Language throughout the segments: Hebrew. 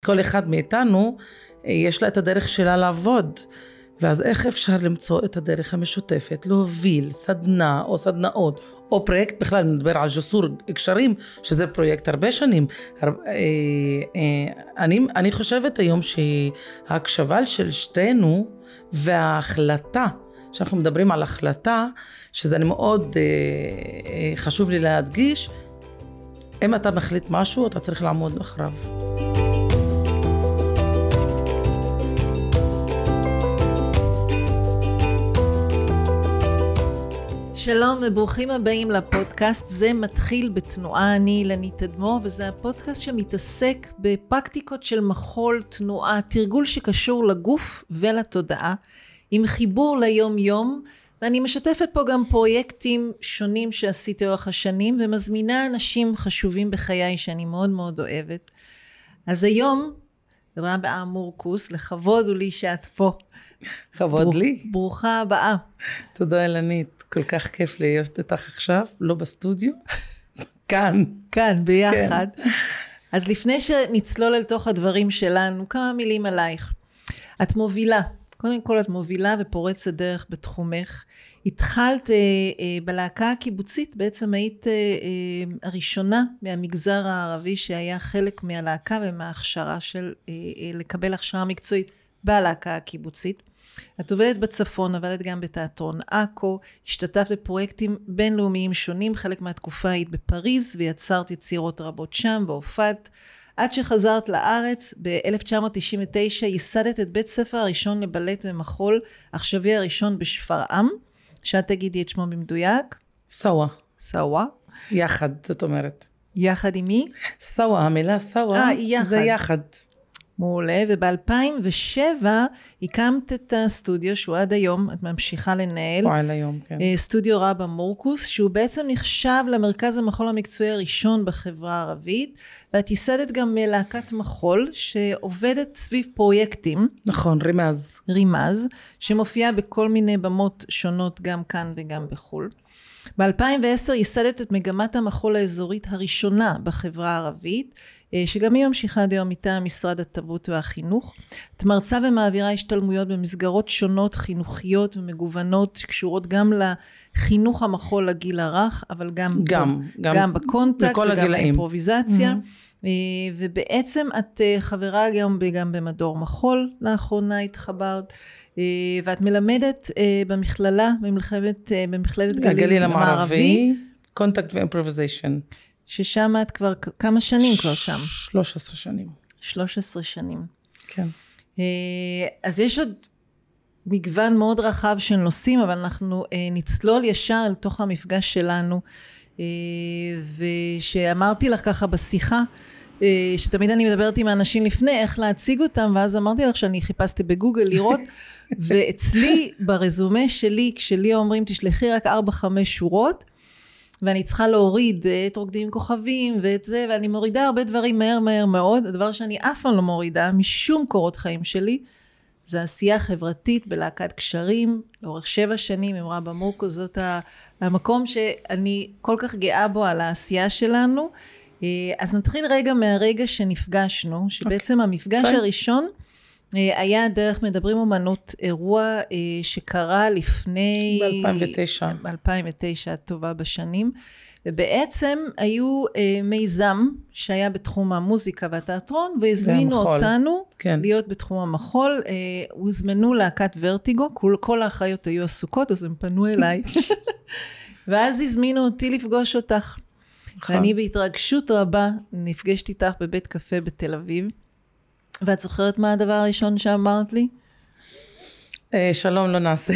כל אחד מאיתנו יש לה את הדרך שלה לעבוד, ואז איך אפשר למצוא את הדרך המשותפת, להוביל סדנה או סדנאות, או פרויקט, בכלל נדבר על ג'סור קשרים, שזה פרויקט הרבה שנים. אני חושבת היום שההקשבה של שתינו, וההחלטה, שאנחנו מדברים על החלטה, שזה אני מאוד חשוב לי להדגיש, אם אתה מחליט משהו, אתה צריך לעמוד אחריו. שלום וברוכים הבאים לפודקאסט. זה מתחיל בתנועה. אני אילנית תדמור, וזה הפודקאסט שמתעסק בפרקטיקות של מחול, תנועה, תרגול שקשור לגוף ולתודעה, עם חיבור ליום יום, ואני משתפת פה גם פרויקטים שונים שעשיתי אורך השנים, ומזמינה אנשים חשובים בחיי שאני מאוד מאוד אוהבת. אז היום, רבה מורקוס, לכבוד הוא לי שאת פה. כבוד לי. ברוכה הבאה. תודה אילנית, כל כך כיף להיות איתך עכשיו, לא בסטודיו, כאן ביחד. כן. אז לפני שנצלול אל תוך הדברים שלנו, כמה מילים עלייך. את מובילה, קודם כל את מובילה ופורצת דרך בתחומך. התחלת בלהקה הקיבוצית, בעצם היית הראשונה מהמגזר הערבי שהיה חלק מהלהקה ומההכשרה של לקבל הכשרה מקצועית בלהקה הקיבוצית. את עובדת בצפון, עבדת גם בתיאטרון עכו, השתתפת בפרויקטים בינלאומיים שונים, חלק מהתקופה היית בפריז ויצרת יצירות רבות שם, בהופעת. עד שחזרת לארץ, ב-1999 ייסדת את בית ספר הראשון לבלט ומחול, עכשווי הראשון בשפרעם, שאת תגידי את שמו במדויק. סוואה. יחד, זאת אומרת. יחד עם מי? סוואה, המילה סוואה זה יחד. מעולה, וב-2007 הקמת את הסטודיו שהוא עד היום, את ממשיכה לנהל. פועל היום, כן. סטודיו רבה מורקוס, שהוא בעצם נחשב למרכז המחול המקצועי הראשון בחברה הערבית, ואת ייסדת גם להקת מחול שעובדת סביב פרויקטים. נכון, רימז, שמופיעה בכל מיני במות שונות גם כאן וגם בחול. ב-2010 ייסדת את מגמת המחול האזורית הראשונה בחברה הערבית, שגם היא ממשיכה עד היום מטעם משרד התרבות והחינוך. את מרצה ומעבירה השתלמויות במסגרות שונות חינוכיות ומגוונות, שקשורות גם לחינוך המחול לגיל הרך, אבל גם בקונטקט וגם באימפרוביזציה. ובעצם את חברה גם במדור מחול, לאחרונה התחברת, ואת מלמדת במכללה, במכללת גליל המערבי, קונטקט ואימפרוביזיישן. ששם את כבר כמה שנים כבר שם? 13 שנים. 13 שנים. כן. אז יש עוד מגוון מאוד רחב של נושאים, אבל אנחנו נצלול ישר אל תוך המפגש שלנו, ושאמרתי לך ככה בשיחה, שתמיד אני מדברת עם האנשים לפני איך להציג אותם, ואז אמרתי לך שאני חיפשתי בגוגל לראות, ואצלי ברזומה שלי, כשלי אומרים תשלחי רק 4-5 שורות, ואני צריכה להוריד את רוקדים עם כוכבים ואת זה, ואני מורידה הרבה דברים מהר מאוד. הדבר שאני אף פעם לא מורידה משום קורות חיים שלי, זה עשייה חברתית בלהקת קשרים, לאורך 7 שנים עם רבה מורקוס. זאת המקום שאני כל כך גאה בו על העשייה שלנו. אז נתחיל רגע מהרגע שנפגשנו, שבעצם המפגש הראשון היה דרך מדברים אומנות, אירוע שקרה לפני... ב-2009, טובה בשנים, ובעצם היו מיזם שהיה בתחום המוזיקה והתיאטרון, והזמינו אותנו להיות בתחום המחול. הוזמנו להקת ורטיגו, כל האחיות היו עסוקות, אז הם פנו אליי, ואז הזמינו אותי לפגוש אותך. ואני בהתרגשות רבה נפגשתי איתך בבית קפה בתל אביב, ואת זוכרת מה הדבר הראשון שאמרת לי? שלום לא נעשה.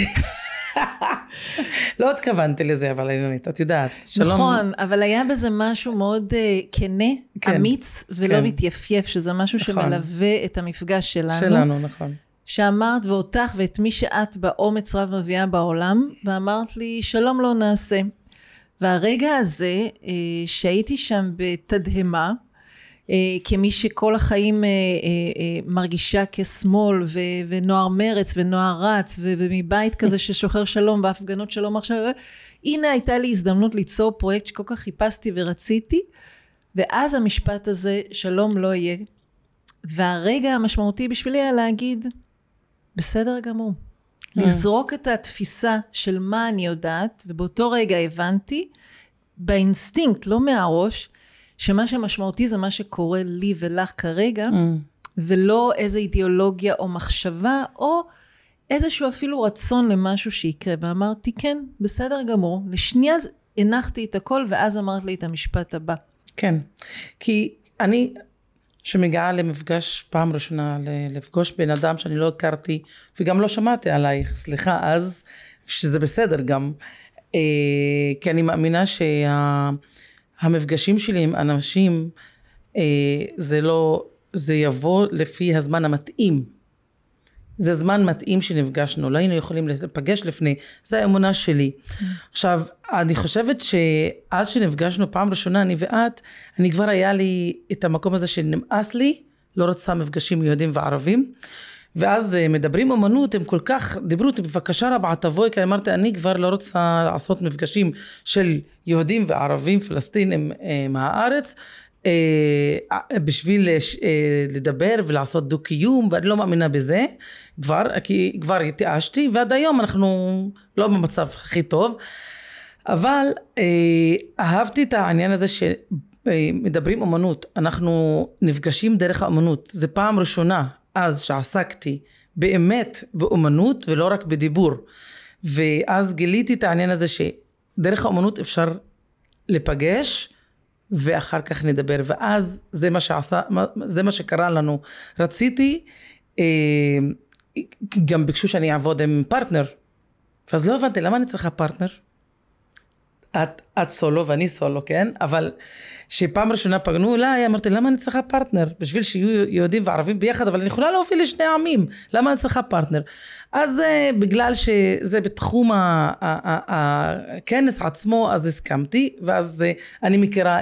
לא התכוונתי לזה, אבל את יודעת. נכון, אבל היה בזה משהו מאוד כנה, אמיץ, ולא מתייפייף, שזה משהו שמלווה את המפגש שלנו. נכון. שאמרת ואותך ואת מי שאת באומץ רב מביאה בעולם, ואמרת לי שלום לא נעשה. והרגע הזה שהייתי שם בתדהמה, כמי שכל החיים מרגישה כשמאל ונוער מרץ ונוער רץ ומבית כזה ששוחר שלום בהפגנות שלום עכשיו, הנה הייתה לי הזדמנות ליצור פרויקט שכל כך חיפשתי ורציתי, ואז המשפט הזה שלום לא יהיה, והרגע המשמעותי בשבילי היה להגיד, בסדר גמור. לזרוק את התפיסה של מה אני יודעת, ובאותו רגע הבנתי, באינסטינקט, לא מהראש, שמה שמשמעותי זה מה שקורה לי ולך כרגע, ולא איזו אידיאולוגיה או מחשבה, או איזשהו אפילו רצון למשהו שיקרה. ואמרתי, כן, בסדר גמור. לשנייה הנחתי את הכל, ואז אמרת לי את המשפט הבא. כן, כי אני שמגיעה למפגש פעם ראשונה, לפגוש בן אדם שאני לא הכרתי, וגם לא שמעתי עלייך, סליחה, אז שזה בסדר גם, כי אני מאמינה שהמפגשים שלי עם אנשים, זה יבוא לפי הזמן המתאים. זה זמן מתאים שנפגשנו, לא היינו יכולים לפגש לפני, זה האמונה שלי. עכשיו, אני חושבת שאז שנפגשנו פעם ראשונה, אני ואת, אני כבר היה לי את המקום הזה שנמאס לי, לא רוצה מפגשים יהודים וערבים, ואז מדברים אומנות, הם כל כך דיברו אותי, בבקשה רבה, תבואי, כי אמרתי, אני כבר לא רוצה לעשות מפגשים של יהודים וערבים, פלסטינים מהארץ, בשביל לדבר ולעשות דו-קיום, ואני לא מאמינה בזה כי כבר התייאשתי, ועד היום אנחנו לא במצב הכי טוב, אבל אהבתי את העניין הזה שמדברים אומנות, אנחנו נפגשים דרך האומנות, זה פעם ראשונה אז שעסקתי באמת באומנות ולא רק בדיבור, ואז גיליתי את העניין הזה שדרך האומנות אפשר לפגש ואחר כך נדבר, ואז זה מה שקרה לנו. רציתי, גם ביקשו שאני אעבוד עם פרטנר, ואז לא הבנתי, למה אני צריכה פרטנר? את סולו ואני סולו, כן? אבל שפעם ראשונה פגנו אליי, אמרתי, למה אני צריכה פרטנר? בשביל שיהיו יהודים וערבים ביחד, אבל אני יכולה להוביל לשני עמים, למה אני צריכה פרטנר? אז בגלל שזה בתחום הכנס עצמו, אז הסכמתי, ואז אני מכירה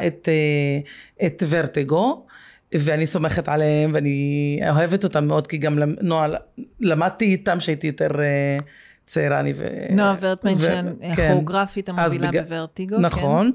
את ורטיגו, ואני סומכת עליהם, ואני אוהבת אותם מאוד, כי גם למדתי איתם שהייתי יותר צעירה, אני נועה ורטמן, כוריאוגרפית המובילה בוורטיגו. נכון.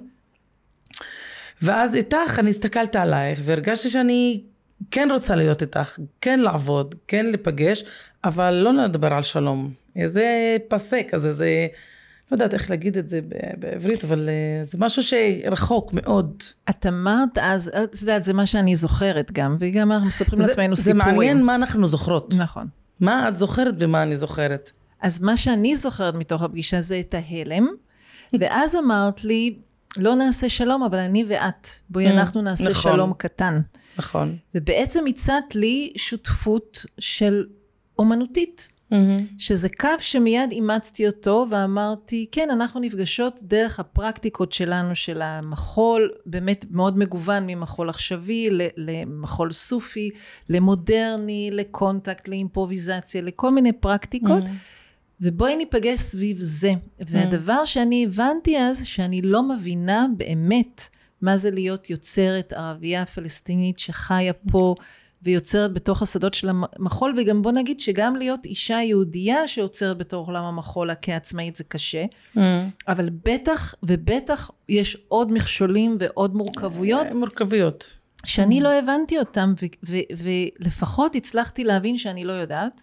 ואז איתך אני הסתכלת עלייך, והרגשתי שאני כן רוצה להיות איתך, כן לעבוד, כן לפגש, אבל לא לדבר על שלום. זה פסק, זה לא יודעת איך להגיד את זה בעברית, אבל זה משהו שרחוק מאוד. את אמרת אז, את יודעת, זה מה שאני זוכרת גם, וגם אנחנו מספרים לעצמנו סיפורים. זה מעניין מה אנחנו זוכרות. נכון. מה את זוכרת ומה אני זוכרת. אז מה שאני זוכרת מתוך הפגישה זה את ההלם, ואז אמרת לי, לא נעשה שלום, אבל אני ואת, בואי אנחנו נעשה נכון. שלום קטן. נכון. ובעצם הצעת לי שותפות של אומנותית, שזה קו שמיד אימצתי אותו, ואמרתי, כן, אנחנו נפגשות דרך הפרקטיקות שלנו, של המחול, באמת מאוד מגוון ממחול עכשווי, למחול סופי, למודרני, לקונטקט, לאימפרוביזציה, לכל מיני פרקטיקות, ובואי ניפגש סביב זה. והדבר שאני הבנתי אז, שאני לא מבינה באמת מה זה להיות יוצרת ערבייה פלסטינית שחיה פה, ויוצרת בתוך השדות של המחול, וגם בוא נגיד שגם להיות אישה יהודייה שיוצרת בתוך עולם המחול כעצמאית זה קשה, אבל בטח ובטח יש עוד מכשולים ועוד מורכבויות. שאני לא הבנתי אותם, ולפחות הצלחתי להבין שאני לא יודעת,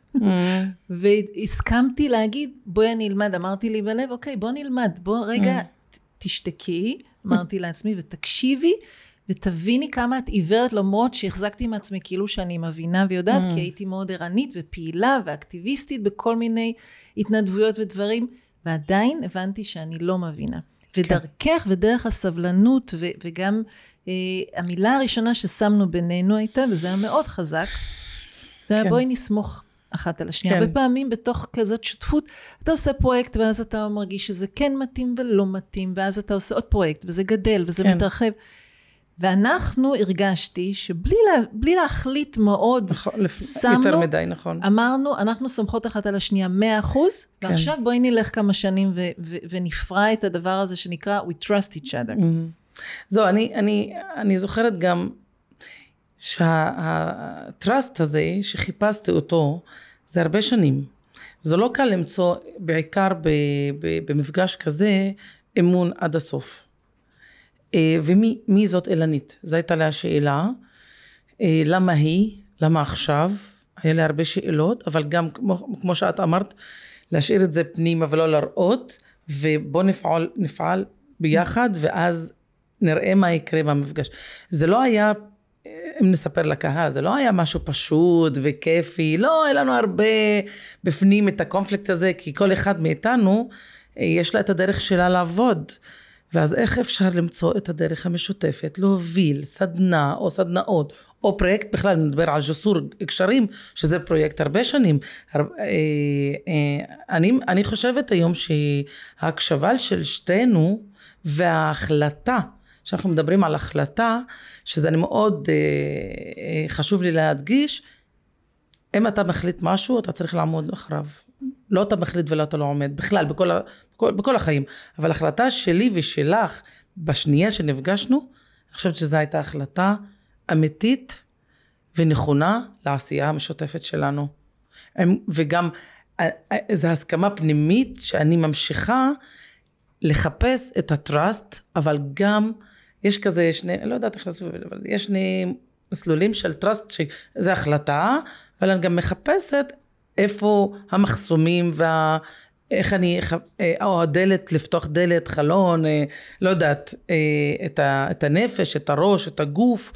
והסכמתי להגיד, בואי אני אלמד, אמרתי לי בלב, אוקיי, בוא נלמד, בוא רגע תשתקי, אמרתי לעצמי, ותקשיבי, ותביני כמה את עיוורת, למרות שהחזקתי מעצמי כאילו שאני מבינה ויודעת, כי הייתי מאוד ערנית ופעילה ואקטיביסטית בכל מיני התנדבויות ודברים, ועדיין הבנתי שאני לא מבינה. ודרכך ודרך הסבלנות, וגם המילה הראשונה ששמנו בינינו הייתה, וזה היה מאוד חזק, זה היה בואי נסמוך אחת על השנייה. הרבה פעמים בתוך כזאת שותפות, אתה עושה פרויקט, ואז אתה מרגיש שזה כן מתאים ולא מתאים, ואז אתה עושה עוד פרויקט, וזה גדל, וזה מתרחב. ואנחנו הרגשתי שבלי להחליט מאוד, שמנו, יותר מדי, נכון. אמרנו, אנחנו סומכות אחת על השנייה 100%, ועכשיו בואי נלך כמה שנים ונפרע את הדבר הזה שנקרא We trust each other. זו, אני זוכרת גם שהטרסט הזה שחיפשתי אותו, זה הרבה שנים. זה לא קל למצוא, בעיקר במפגש כזה, אמון עד הסוף. ומי זאת אילנית? זו הייתה לה השאלה, למה היא? למה עכשיו? היה לי הרבה שאלות, אבל גם כמו שאת אמרת, להשאיר את זה פנימה ולא לראות, ובוא נפעל ביחד, ואז נראה מה יקרה במפגש. זה לא היה, אם נספר לקהל, זה לא היה משהו פשוט וכיפי, לא, היה לנו הרבה בפנים את הקונפליקט הזה, כי כל אחד מאיתנו, יש לה את הדרך שלה לעבוד, ואז איך אפשר למצוא את הדרך המשותפת, להוביל סדנה או סדנאות, או פרויקט, בכלל נדבר על ג'סור קשרים, שזה פרויקט הרבה שנים. אני חושבת היום שההקשבה של שתינו, וההחלטה, שאנחנו מדברים על החלטה, שזה אני מאוד חשוב לי להדגיש, אם אתה מחליט משהו, אתה צריך לעמוד אחריו. לא אתה מחליט ולא אתה לא עומד, בכלל, בכל החיים. אבל החלטה שלי ושלך, בשנייה שנפגשנו, אני חושבת שזו הייתה החלטה אמיתית ונכונה לעשייה המשותפת שלנו. וגם, זו הסכמה פנימית שאני ממשיכה לחפש את הטראסט, אבל גם יש כזה שני, לא יודעת איך לעשות, אבל יש שני מסלולים של טראסט, שזו החלטה, אבל אני גם מחפשת איפה המחסומים, איך אני, או הדלת, לפתוח דלת, חלון, לא יודעת, את הנפש, את הראש, את הגוף,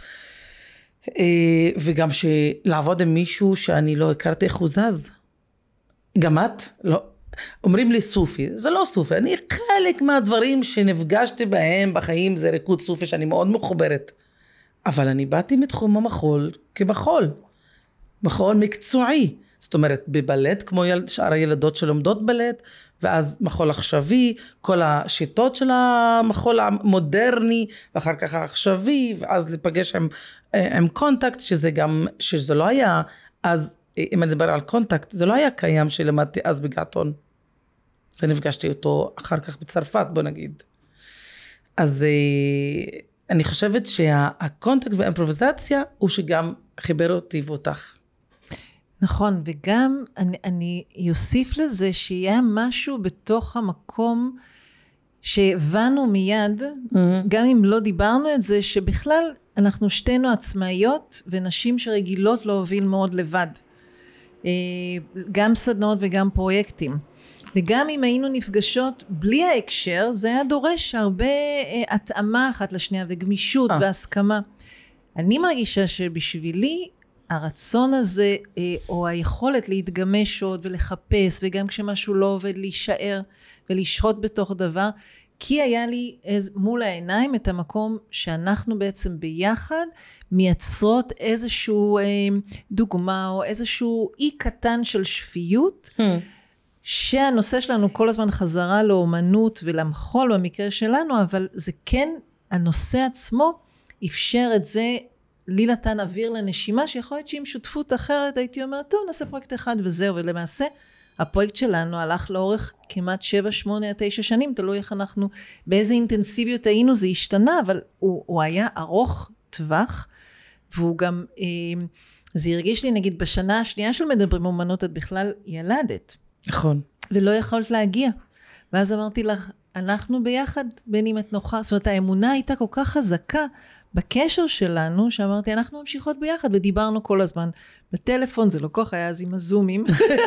וגם לעבוד עם מישהו שאני לא הכרתי איך הוא זז. גם את, לא. אומרים לי סופי, זה לא סופי, אני חלק מהדברים שנפגשתי בהם בחיים, זה ריקוד סופי שאני מאוד מחוברת. אבל אני באתי מתחום המחול כמחול, מחול מקצועי. זאת אומרת, בבלט, כמו שאר הילדות שלומדות בלט, ואז מחול עכשווי, כל השיטות של המחול המודרני, ואחר כך העכשווי, ואז לפגש עם קונטקט, שזה לא היה, אז אם אני מדבר על קונטקט, זה לא היה קיים שלמדתי אז בגעתון. ונפגשתי אותו אחר כך בצרפת, בוא נגיד. אז אני חושבת שהקונטקט והאימפרוביזציה, הוא שגם חיבר אותי ואותך. נכון, וגם אני יוסיף לזה שיהיה משהו בתוך המקום שהבנו מיד, גם אם לא דיברנו את זה, שבכלל אנחנו שתינו עצמאיות ונשים שרגילות להוביל מאוד לבד. גם סדנות וגם פרויקטים. וגם אם היינו נפגשות בלי ההקשר, זה היה דורש הרבה התאמה אחת לשנייה וגמישות והסכמה. אני מרגישה שבשבילי, הרצון הזה, או היכולת להתגמש עוד ולחפש, וגם כשמשהו לא עובד להישאר ולשהות בתוך דבר, כי היה לי מול העיניים את המקום שאנחנו בעצם ביחד מייצרות איזשהו דוגמה, או איזשהו אי קטן של שפיות, שהנושא שלנו כל הזמן חזרה לאומנות ולמחול במקרה שלנו, אבל זה כן, הנושא עצמו אפשר את זה, לי נתן אוויר לנשימה, שיכול להיות שעם שותפות אחרת הייתי אומרת, טוב, נעשה פרויקט אחד וזהו, ולמעשה הפרויקט שלנו הלך לאורך כמעט 7, 8, 9 שנים, תלוי איך אנחנו, באיזה אינטנסיביות היינו, זה השתנה, אבל הוא היה ארוך טווח, והוא גם, זה הרגיש לי נגיד בשנה השנייה של מדברים אומנות, את בכלל ילדת. נכון. ולא יכולת להגיע. ואז אמרתי לך, אנחנו ביחד, בין אם את נוחה, זאת אומרת, האמונה הייתה כל כך חזקה, בקשר שלנו, שאמרתי, אנחנו ממשיכות ביחד, ודיברנו כל הזמן בטלפון, זה לא כך היה אז עם הזומים,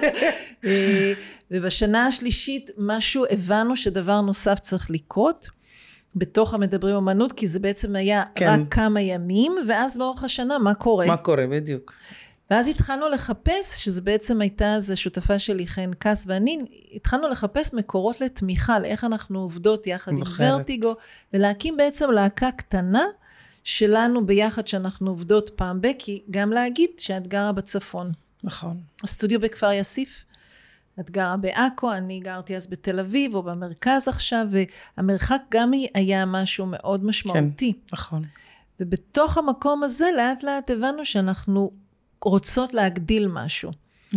ובשנה השלישית, משהו, הבנו שדבר נוסף צריך לקרות, בתוך המדברים אומנות, כי זה בעצם היה רק כמה ימים, ואז באורך השנה, מה קורה? מה קורה, בדיוק. ואז התחלנו לחפש, שזה בעצם הייתה, זה שותפה שלי, חן קס ואני, התחלנו לחפש מקורות לתמיכה, לאיך אנחנו עובדות יחד עם ורטיגו, ולהקים בעצם להקה קטנה, שלנו ביחד שאנחנו עובדות פעם כי גם להגיד שאת גרה בצפון. נכון. הסטודיו בכפר יסיף, את גרה בעכו, אני גרתי אז בתל אביב או במרכז עכשיו, והמרחק גם היה משהו מאוד משמעותי. כן, נכון. ובתוך המקום הזה לאט לאט הבנו שאנחנו רוצות להגדיל משהו.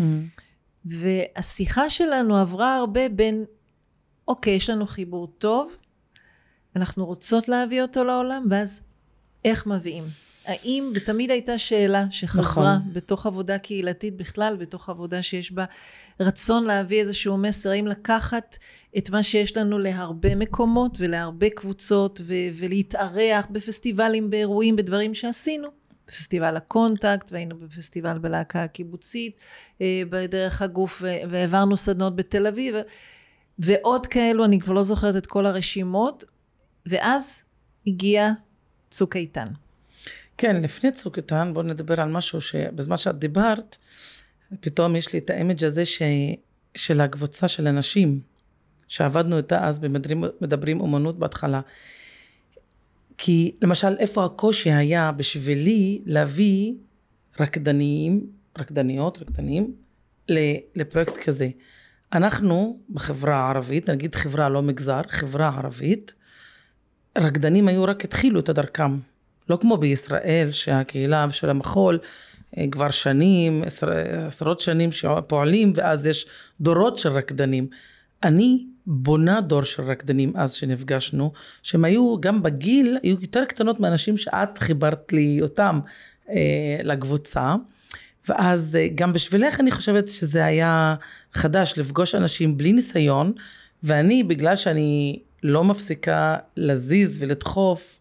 והשיחה שלנו עברה הרבה בין, אוקיי, יש לנו חיבור טוב, אנחנו רוצות להביא אותו לעולם, ואז איך מביאים? האם, ותמיד הייתה שאלה שחזרה בתוך עבודה קהילתית בכלל, בתוך עבודה שיש בה רצון להביא איזשהו מסר, האם לקחת את מה שיש לנו להרבה מקומות ולהרבה קבוצות ולהתארח בפסטיבלים, באירועים, בדברים שעשינו, בפסטיבל הקונטקט, והיינו בפסטיבל בלהקה הקיבוצית, בדרך הגוף, והעברנו סדנות בתל אביב, ועוד כאלו, אני כבר לא זוכרת את כל הרשימות, ואז הגיע צוק איתן. כן, לפני צוק איתן, בואו נדבר על משהו שבזמן שאת דיברת, פתאום יש לי את האימג' הזה של הקבוצה של אנשים, שעבדנו איתה אז במדברים אומנות בהתחלה. כי למשל, איפה הקושי היה בשבילי להביא רקדנים לפרויקט כזה. אנחנו בחברה הערבית, נגיד חברה לא מגזר, חברה ערבית, רקדנים היו רק התחילו את דרכם. לא כמו בישראל, שהקהילה של המחול כבר שנים, עשרות שנים שפועלים, ואז יש דורות של רקדנים. אני בונה דור של רקדנים אז שנפגשנו, שהם היו גם בגיל, היו יותר קטנות מאנשים שאת חיברת לי אותם לקבוצה, ואז גם בשבילך אני חושבת שזה היה חדש, לפגוש אנשים בלי ניסיון, ואני בגלל שאני לא מפסיקה לזיז ולדחוף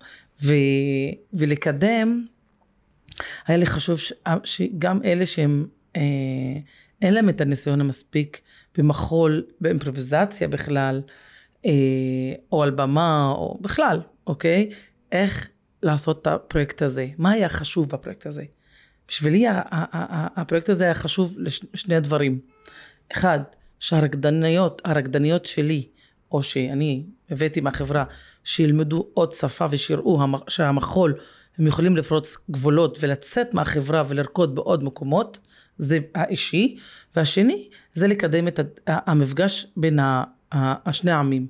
ולקדם, היה לי חשוב שגם אלה שהם אין להם את הניסיון המספיק במחול, באימפרוביזציה בכלל, או על במה, או בכלל, אוקיי? איך לעשות את הפרויקט הזה? מה היה חשוב בפרויקט הזה? בשבילי הפרויקט הזה היה חשוב לשני הדברים. אחד, שהרקדניות שלי, או שאני הבאתי מהחברה, שילמדו עוד שפה ושיראו שהמחול, הם יכולים לפרוץ גבולות ולצאת מהחברה ולרקוד בעוד מקומות, זה האישי, והשני זה לקדם את המפגש בין השני העמים.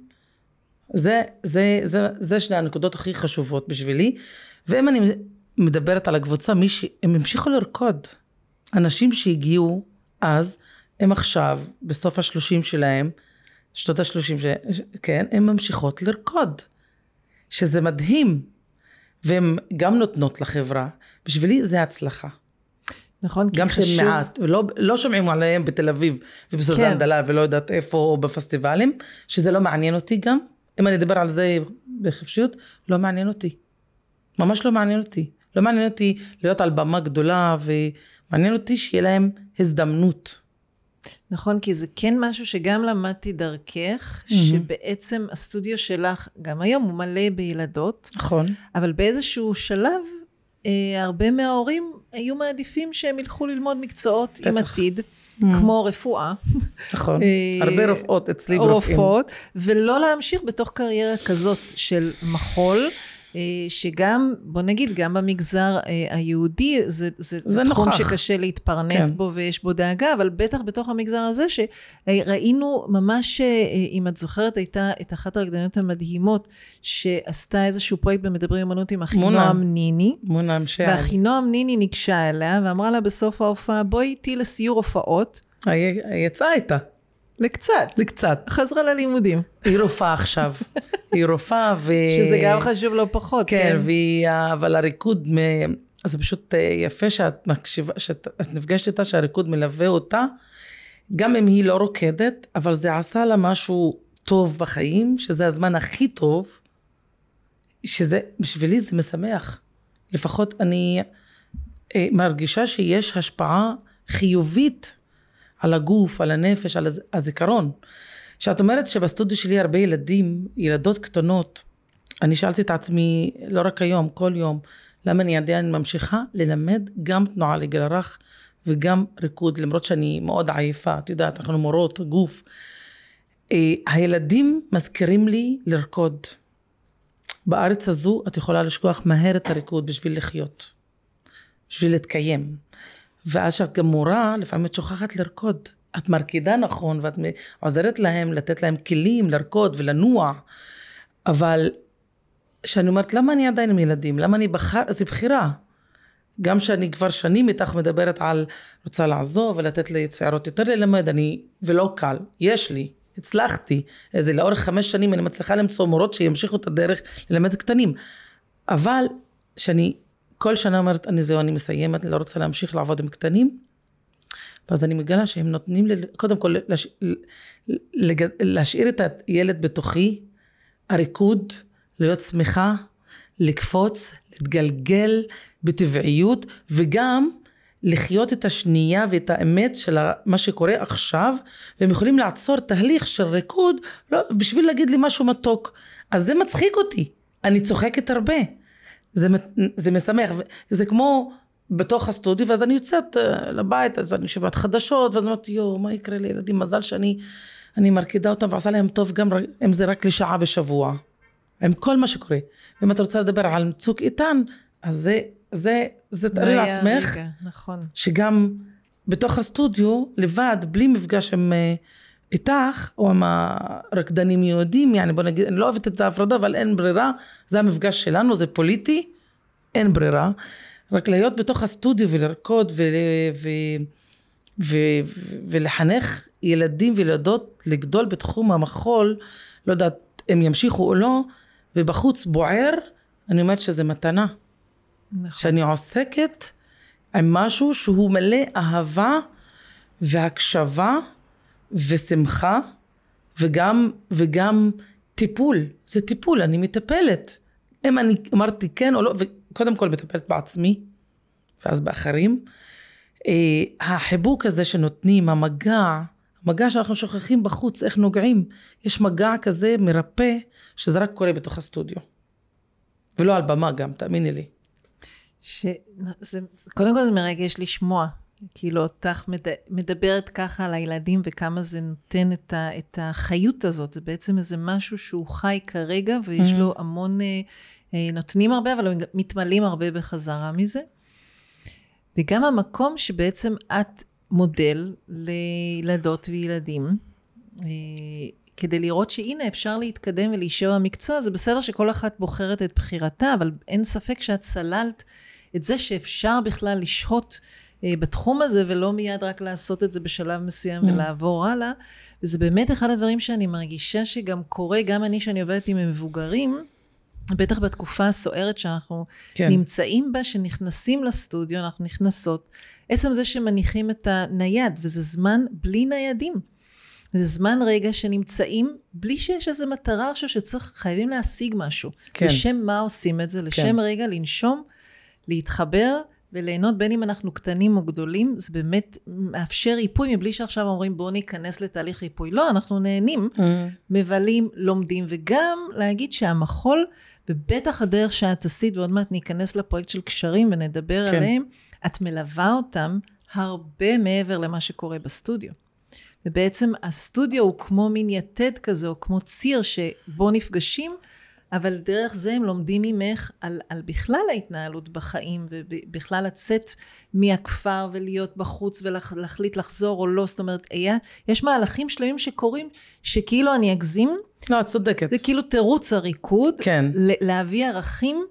זה שני הנקודות הכי חשובות בשבילי, ואם אני מדברת על הקבוצה, הם המשיכו לרקוד. אנשים שהגיעו אז, הם עכשיו, בסוף ה-30 שלהם, שנות ה-30, כן, הם ממשיכות לרקוד. שזה מדהים, והן גם נותנות לחברה. בשבילי זה הצלחה. נכון, גם שהם מעט, לא שומעים עליהם בתל אביב, ובסוזן דלה, ולא יודעת איפה, או בפסטיבלים, שזה לא מעניין אותי גם. אם אני אדבר על זה בחפשיות, לא מעניין אותי. ממש לא מעניין אותי. לא מעניין אותי להיות על במה גדולה, ומעניין אותי שיהיה להם הזדמנות. נכון, כי זה כן משהו שגם למדתי דרכך, שבעצם הסטודיו שלך, גם היום הוא מלא בילדות. נכון. אבל באיזשהו שלב, הרבה מההורים היו מעדיפים שהם ילכו ללמוד מקצועות עם עתיד, כמו רפואה. נכון, הרבה רופאות אצלי ורופאים. רופאות, ולא להמשיך בתוך קריירה כזאת של מחול, שגם, בוא נגיד, גם במגזר היהודי, זה תחום שקשה להתפרנס בו ויש בו דאגה, אבל בטח בתוך המגזר הזה, שראינו ממש, אם את זוכרת, הייתה את אחת הרקדניות המדהימות, שעשתה איזשהו פרויקט במדברים אמנות עם אחינועם ניני, ואחינועם ניני ניגשה אליה, ואמרה לה בסוף ההופעה, בואי איתי לסיור הופעות. יצאה איתה. לקצת. חזרה ללימודים. היא רופאה עכשיו. היא רופאה שזה גם חשוב לא פחות. כן, אבל הריקוד, זה פשוט יפה שאת נפגשת איתה, שהריקוד מלווה אותה, גם אם היא לא רוקדת, אבל זה עשה לה משהו טוב בחיים, שזה הזמן הכי טוב, בשבילי זה משמח. לפחות אני מרגישה שיש השפעה חיובית, על הגוף, על הנפש, על הזיכרון. שאת אומרת שבסטודיו שלי הרבה ילדות קטנות, אני שאלתי את עצמי, לא רק היום, כל יום, למה אני עדיין ממשיכה ללמד גם תנועה לגיל הרך, וגם ריקוד, למרות שאני מאוד עייפה, את יודעת, אנחנו מורות, גוף. הילדים מזכירים לי לרקוד. בארץ הזו את יכולה לשכוח מהר את הריקוד בשביל לחיות, בשביל להתקיים. ואז שאת גם מורה, לפעמים את שוכחת לרקוד. את מרקידה נכון, ואת עוזרת להם, לתת להם כלים לרקוד ולנוע. אבל שאני אומרת, למה אני עדיין עם ילדים? למה אני זה בחירה. גם שאני כבר שנים איתך מדברת על, רוצה לעזוב ולתת לצעירות יותר ללמד, ולא קל. יש לי, הצלחתי. לאורך 5 שנים אני מצליחה למצוא מורות שימשיכו את הדרך ללמד קטנים. אבל שאני כל שנה אומרת, אני מסיימת, אני לא רוצה להמשיך לעבוד עם קטנים, ואז אני מגלה שהם נותנים לי, קודם כל, להשאיר את הילד בתוכי, הריקוד, להיות שמחה, לקפוץ, להתגלגל בטבעיות, וגם לחיות את השנייה ואת האמת של מה שקורה עכשיו, והם יכולים לעצור תהליך של ריקוד, לא, בשביל להגיד לי משהו מתוק. אז זה מצחיק אותי, אני צוחקת הרבה. זה משמח, זה כמו בתוך הסטודיו, ואז אני יוצאת לבית, אז אני שומעת חדשות, ואז אמרתי, מה יקרה לילדים? מזל שאני מרקידה אותם, ועשה להם טוב גם אם זה רק לשעה בשבוע. עם כל מה שקורה. ואם את רוצה לדבר על צוק איתן, אז זה תארי לעצמך, נכון. שגם בתוך הסטודיו, לבד, בלי מפגש עם איתך, או עם הרקדנים יהודים, yani בוא נגיד, אני לא אוהבת את זה ההפרדה, אבל אין ברירה, זה המפגש שלנו, זה פוליטי, אין ברירה, רק להיות בתוך הסטודיו ולרקוד ולחנך ילדים וילדות לגדול בתחום המחול, לא יודעת אם ימשיכו או לא, ובחוץ בוער, אני אומרת שזה מתנה. נכון. שאני עוסקת עם משהו שהוא מלא אהבה והקשבה ושמחה וגם טיפול. זה טיפול, אני מטפלת. אם אני אמרתי כן או לא, וקודם כל מטפלת בעצמי, ואז באחרים. החיבוק הזה שנותנים, המגע שאנחנו שוכחים בחוץ, איך נוגעים. יש מגע כזה מרפא, שזה רק קורה בתוך הסטודיו. ולא על במה גם, תאמיני לי. קודם כל זה מרגש לשמוע, כאילו אותך מדברת ככה על הילדים וכמה זה נותן את החיות הזאת, זה בעצם איזה משהו שהוא חי כרגע ויש לו המון, נותנים הרבה אבל מתמלאים הרבה בחזרה מזה. וגם המקום שבעצם את מודל לילדות וילדים, כדי לראות שהנה אפשר להתקדם ולהישאר במקצוע, זה בסדר שכל אחת בוחרת את בחירתה, אבל אין ספק שאת סללת את זה שאפשר בכלל לשהות בתחום הזה, ולא מיד רק לעשות את זה בשלב מסוים ולעבור הלאה, וזה באמת אחד הדברים שאני מרגישה שגם קורה, גם אני שאני עובדת עם מבוגרים, בטח בתקופה הסוערת שאנחנו נמצאים בה, שנכנסים לסטודיו, אנחנו נכנסות, עצם זה שמניחים את הנייד, וזה זמן בלי ניידים, וזה זמן רגע שנמצאים, בלי שיש איזו מטרה עכשיו חייבים להשיג משהו. כן. לשם מה עושים את זה? לשם רגע לנשום, להתחבר, וליהנות בין אם אנחנו קטנים או גדולים, זה באמת מאפשר ריפוי, מבלי שעכשיו אומרים בואו ניכנס לתהליך ריפוי. לא, אנחנו נהנים, מבלים, לומדים, וגם להגיד שהמחול, ובטח הדרך שאת עשית, ועוד מעט ניכנס לפרויקט של קשרים ונדבר עליהם, את מלווה אותם הרבה מעבר למה שקורה בסטודיו. ובעצם הסטודיו הוא כמו מין יתד כזה, או כמו ציר שבו נפגשים, אבל דרך זה הם לומדים ממך על בכלל ההתנהלות בחיים, ובכלל לצאת מהכפר ולהיות בחוץ ולהחליט לחזור או לא, זאת אומרת, יש מהלכים שלמים שקורים, שכאילו אני אגזים, לא, את צודקת. זה כאילו תירוץ הריקוד, כן. להביא ערכים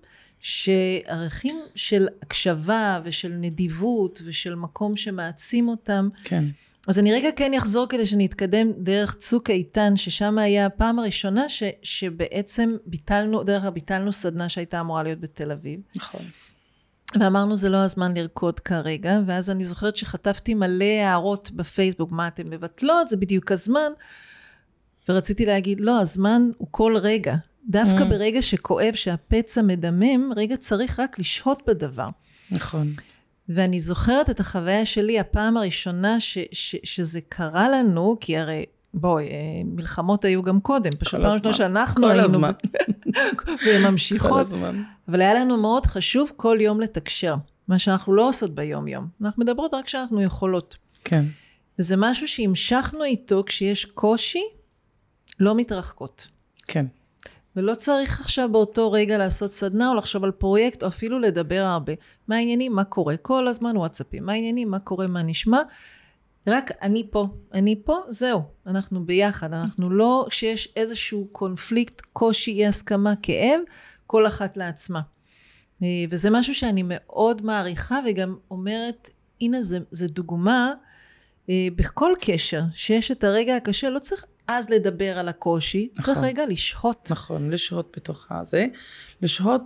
של הקשבה ושל נדיבות ושל מקום שמעצים אותם. כן. אז אני רגע כן אחזור כדי שנתקדם דרך צוק איתן, ששם היה הפעם הראשונה שבעצם ביטלנו סדנה שהייתה אמורה להיות בתל אביב. נכון. ואמרנו זה לא הזמן לרקוד כרגע, ואז אני זוכרת שחטפתי מלא הערות בפייסבוק, מה אתם מבטלות, זה בדיוק הזמן, ורציתי להגיד, לא, הזמן הוא כל רגע, דווקא ברגע שכואב, שהפצע מדמם, רגע צריך רק לשהות בדבר. נכון. ואני זוכרת את החוויה שלי, הפעם הראשונה שזה קרה לנו, כי הרי, בואי, מלחמות היו גם קודם, פשוט פעם ראשונה שאנחנו כל היינו, הזמן. והן ממשיכות, כל הזמן. אבל היה לנו מאוד חשוב כל יום לתקשר, מה שאנחנו לא עושות ביום יום, אנחנו מדברות רק כשאנחנו יכולות. כן. וזה משהו שהמשכנו איתו, כשיש קושי, לא מתרחקות. כן. ולא צריך עכשיו באותו רגע לעשות סדנה, או לחשוב על פרויקט, או אפילו לדבר הרבה. מה העניינים, מה קורה? כל הזמן וואטסאפים. מה העניינים, מה קורה, מה נשמע? רק אני פה, זהו. אנחנו ביחד. אנחנו לא, כשיש איזשהו קונפליקט, קושי, אי הסכמה, כאב, כל אחת לעצמה. וזה משהו שאני מאוד מעריכה, וגם אומרת, הנה זה דוגמה, בכל קשר, שיש את הרגע הקשה, לא צריך אז לדבר על הקושי, נכון. צריך רגע לשהות. נכון, לשהות בתוך הזה, לשהות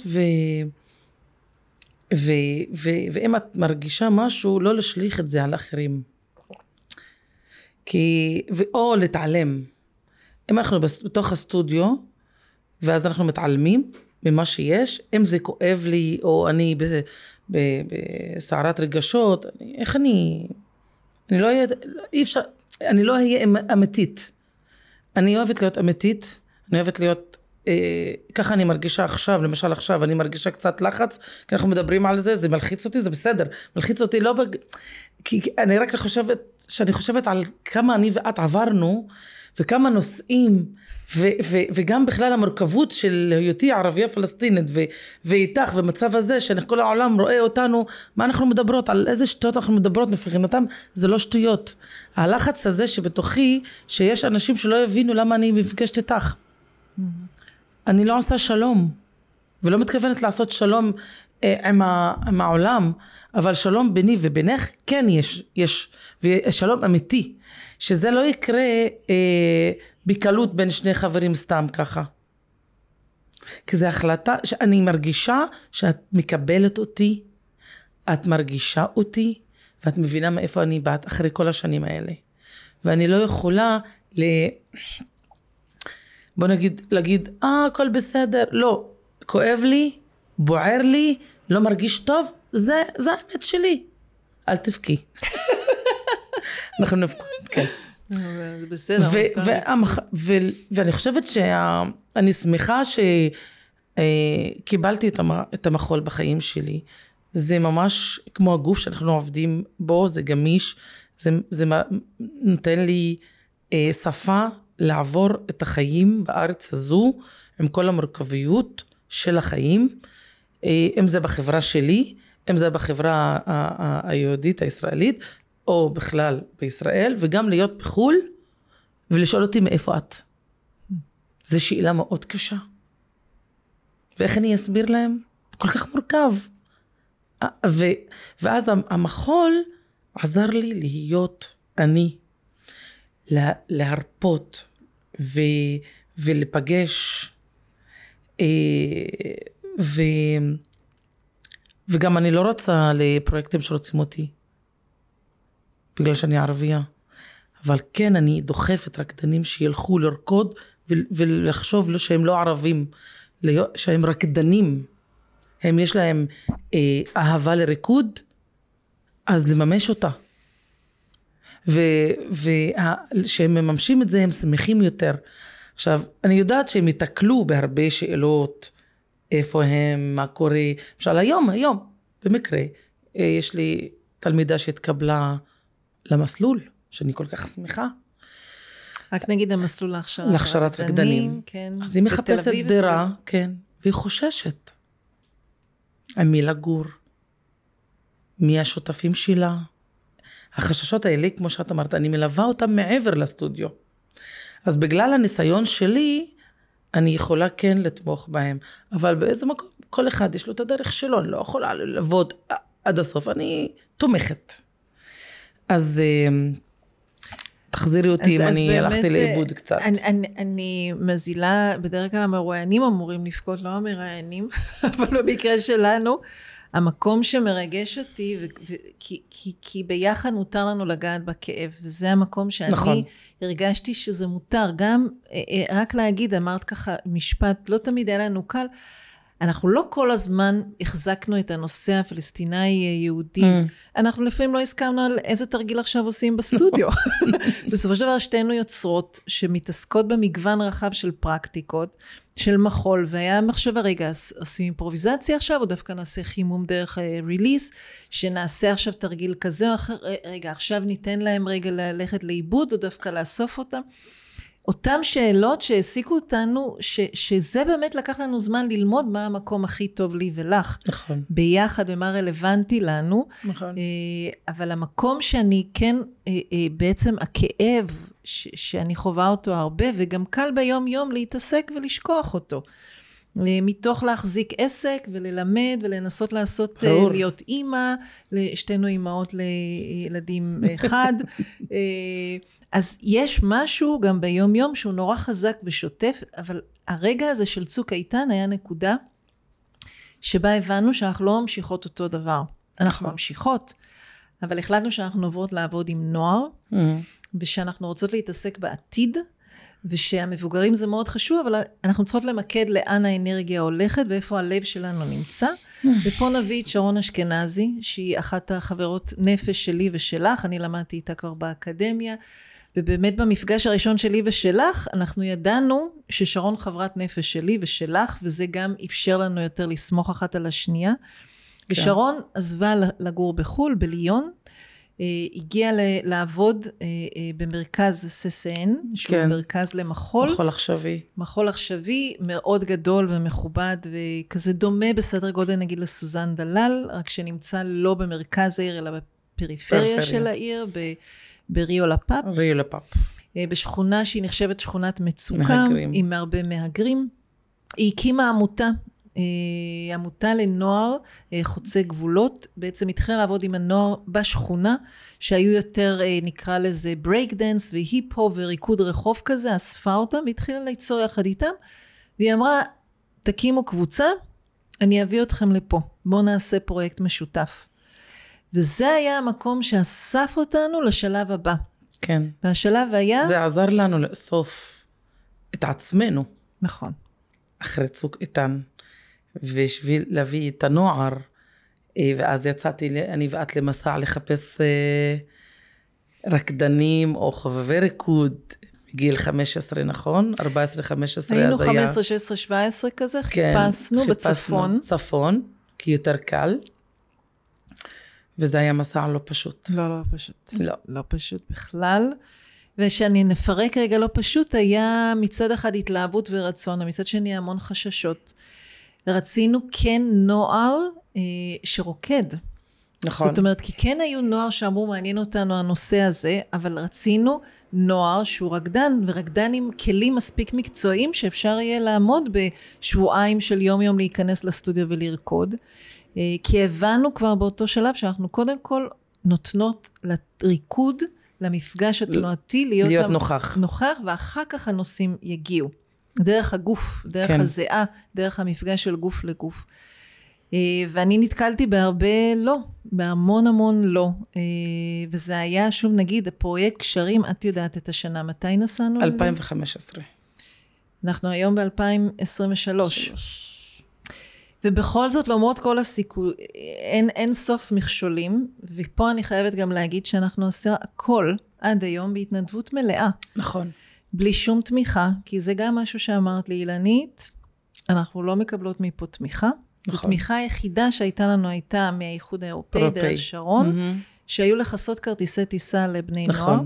ואם את מרגישה משהו, לא לשליך את זה על אחרים. או להתעלם. אם אנחנו בתוך הסטודיו, ואז אנחנו מתעלמים, במה שיש, אם זה כואב לי, או אני בסערת רגשות, איך אני לא אהיה, אי אפשר, אני לא אהיה אמיתית. אני אוהבת להיות אמיתית, אני אוהבת להיות, ככה אני מרגישה עכשיו, למשל עכשיו, אני מרגישה קצת לחץ, כי אנחנו מדברים על זה, זה מלחיץ אותי, זה בסדר, מלחיץ אותי לא, כי אני רק שאני חושבת על כמה אני ואת עברנו, וכמה נושאים, וגם בכלל המורכבות של היותי ערבייה פלסטינית, ואיתך, ומצב הזה, שכל העולם רואה אותנו, מה אנחנו מדברות, על איזה שטויות אנחנו מדברות, מבחינתם, זה לא שטויות. הלחץ הזה שבתוכי, שיש אנשים שלא יבינו למה אני מפגשת איתך. אני לא עושה שלום, ולא מתכוונת לעשות שלום עם העולם, אבל שלום ביני ובינך, כן יש, ושלום אמיתי, שזה לא יקרה בקלות בין שני חברים סתם ככה. כי זו החלטה שאני מרגישה שאת מקבלת אותי, את מרגישה אותי, ואת מבינה מאיפה אני באת אחרי כל השנים האלה. ואני לא יכולה בוא נגיד, להגיד, הכל בסדר, לא, כואב לי, בוער לי, לא מרגיש טוב, זה האמת שלי. אל תבכי. אנחנו נבכות, כן. זה בסדר. ואני חושבת שאני שמחה שקיבלתי את המחול בחיים שלי. זה ממש כמו הגוף שאנחנו עובדים בו, זה גמיש, זה נותן לי שפה לעבור את החיים בארץ הזו, עם כל המורכביות של החיים, אם זה בחברה שלי, אם זה בחברה היהודית הישראלית, או בכלל בישראל, וגם להיות בחול, ולשאול אותי מאיפה את. זו שאלה מאוד קשה. ואיך אני אסביר להם? כל כך מורכב. ואז המחול עזר לי להיות אני, להרפות ולפגש, וגם אני לא רוצה לפרויקטים שרוצים אותי, בגלל שאני ערבייה, אבל כן אני דוחפת רקדנים שילכו לרקוד ולחשוב לו שהם לא ערבים, שהם רקדנים, הם יש להם אהבה לריקוד, אז לממש אותה. ושהם מממשים את זה הם שמחים יותר. עכשיו, אני יודעת שהם יתקלו בהרבה שאלות, איפה הם, מה קורה. למשל, היום, במקרה, יש לי תלמידה שהתקבלה למסלול, שאני כל כך שמחה. רק נגיד המסלול להכשרת רקדנים. כן. אז היא מחפשת דירה, כן, והיא חוששת. עם מי לגור, מי השותפים שלה. החששות האלה, כמו שאת אמרת, אני מלווה אותם מעבר לסטודיו. אז בגלל הניסיון שלי, אני יכולה כן לתמוך בהם. אבל באיזה מקום, כל אחד יש לו את הדרך שלו, אני לא יכולה לעבוד עד הסוף, אני תומכת. אז תחזירי אותי אם אני הלכתי לאיבוד קצת. אני מזילה, בדרך כלל המרואיינים אמורים לפקוד, לא המראיינים, אבל במקרה שלנו, המקום שמרגש אותי, כי ביחד מותר לנו לגעת בכאב, וזה המקום שאני הרגשתי שזה מותר, גם רק להגיד, אמרת ככה משפט, לא תמיד היה לנו קל, אנחנו לא כל הזמן החזקנו את הנושא הפלסטיני יהודי, אנחנו לפעמים לא הסכמנו על איזה תרגיל עכשיו עושים בסטודיו. בסופו של דבר שתינו יוצרות שמתעסקות במגוון רחב של פרקטיקות, של מחול, והיה מחשב הרגע, עושים אימפרוביזציה עכשיו, או דווקא נעשה חימום דרך ריליס, שנעשה עכשיו תרגיל כזה או אחר, רגע, עכשיו ניתן להם רגע ללכת לאיבוד, או דווקא לאסוף אותם. אותם שאלות שהעסיקו אותנו, שזה באמת לקח לנו זמן ללמוד מה המקום הכי טוב לי ולך. נכון. ביחד ומה רלוונטי לנו. נכון. אבל המקום שאני כן, בעצם הכאב שאני חווה אותו הרבה, וגם קל ביום יום להתעסק ולשכוח אותו. מתוך להחזיק עסק וללמד ולנסות לעשות, להיות אימא, שתינו אימהות לילדים אחד. אז יש משהו גם ביום יום שהוא נורא חזק ושוטף, אבל הרגע הזה של צוק איתן היה נקודה שבה הבנו שאנחנו לא ממשיכות אותו דבר. אנחנו ממשיכות, אבל החלטנו שאנחנו עוברות לעבוד עם נוער, ושאנחנו רוצות להתעסק בעתיד, ושהמבוגרים זה מאוד חשוב, אבל אנחנו צריכות למקד לאן האנרגיה הולכת, ואיפה הלב שלנו נמצא. ופה נביא את שרון אשכנזי, שהיא אחת החברות נפש שלי ושלך, אני למדתי איתה כבר באקדמיה, ובאמת במפגש הראשון שלי ושלך, אנחנו ידענו ששרון חברת נפש שלי ושלך, וזה גם אפשר לנו יותר לסמוך אחת על השנייה. כן. ושרון עזבה לגור בחול, בליון, הגיעה לעבוד במרכז ססן, שהוא כן. מרכז למחול. מחול עכשווי. מחול עכשווי, מאוד גדול ומכובד, וכזה דומה בסדר גודל נגיד לסוזן דלל, רק שנמצא לא במרכז העיר, אלא בפריפריה של העיר, בריו לפאפ. ריו לפאפ. בשכונה שהיא נחשבת שכונת מצוקה, עם הרבה מהגרים. היא הקימה עמותה, עמותה לנוער חוצה גבולות, בעצם התחילה לעבוד עם הנוער בשכונה, שהיו יותר נקרא לזה ברייק דנס והיפ-הופ וריקוד רחוב כזה, אספה אותם והתחילה ליצור יחד איתם, והיא אמרה, תקימו קבוצה, אני אביא אתכם לפה, בואו נעשה פרויקט משותף. וזה היה המקום שאסף אותנו לשלב הבא. כן. והשלב היה... זה עזר לנו לאסוף את עצמנו. נכון. אחרי צוק איתן. בשביל להביא את הנוער, ואז יצאתי אני ואת למסע לחפש רקדנים או חובבי ריקוד, בגיל 15, נכון? 14, 15, היינו 15, 16, 17 כזה, כן, חיפשנו בצפון. צפון, כי יותר קל. וזה היה מסע לא פשוט. לא פשוט. לא פשוט בכלל. ושאני נפרק רגע לא פשוט, היה מצד אחד התלהבות ורצון, מצד שני המון חששות. רצינו כן נוער שרוקד. נכון. זאת אומרת, כי כן היו נוער שאמרו, מעניין אותנו הנושא הזה, אבל רצינו נוער שהוא רקדן, ורקדן עם כלים מספיק מקצועיים, שאפשר יהיה לעמוד בשבועיים של יום יום להיכנס לסטודיו ולרקוד. כי הבנו כבר באותו שלב, שאנחנו קודם כל נותנות לריקוד, למפגש התנועתי, להיות נוכח. נוכח, ואחר כך הנושאים יגיעו. דרך הגוף, דרך כן. הזיעה, דרך המפגש של גוף לגוף. ואני נתקלתי בהרבה לא, בהמון לא. וזה היה שוב נגיד, הפרויקט קשרים, את יודעת את השנה, מתי נסענו? 2015. אנחנו היום ב-2023. ובכל זאת, למרות כל הסיכוי, אין סוף מכשולים, ופה אני חייבת גם להגיד שאנחנו עושים הכל עד היום בהתנדבות מלאה. נכון. בלי שום תמיכה, כי זה גם משהו שאמרת לי, אילנית, אנחנו לא מקבלות מפה תמיכה. נכון. זו תמיכה היחידה שהייתה לנו הייתה מהאיחוד האירופאי, דרך שרון, שהיו לחסות כרטיסי טיסה לבני נוער.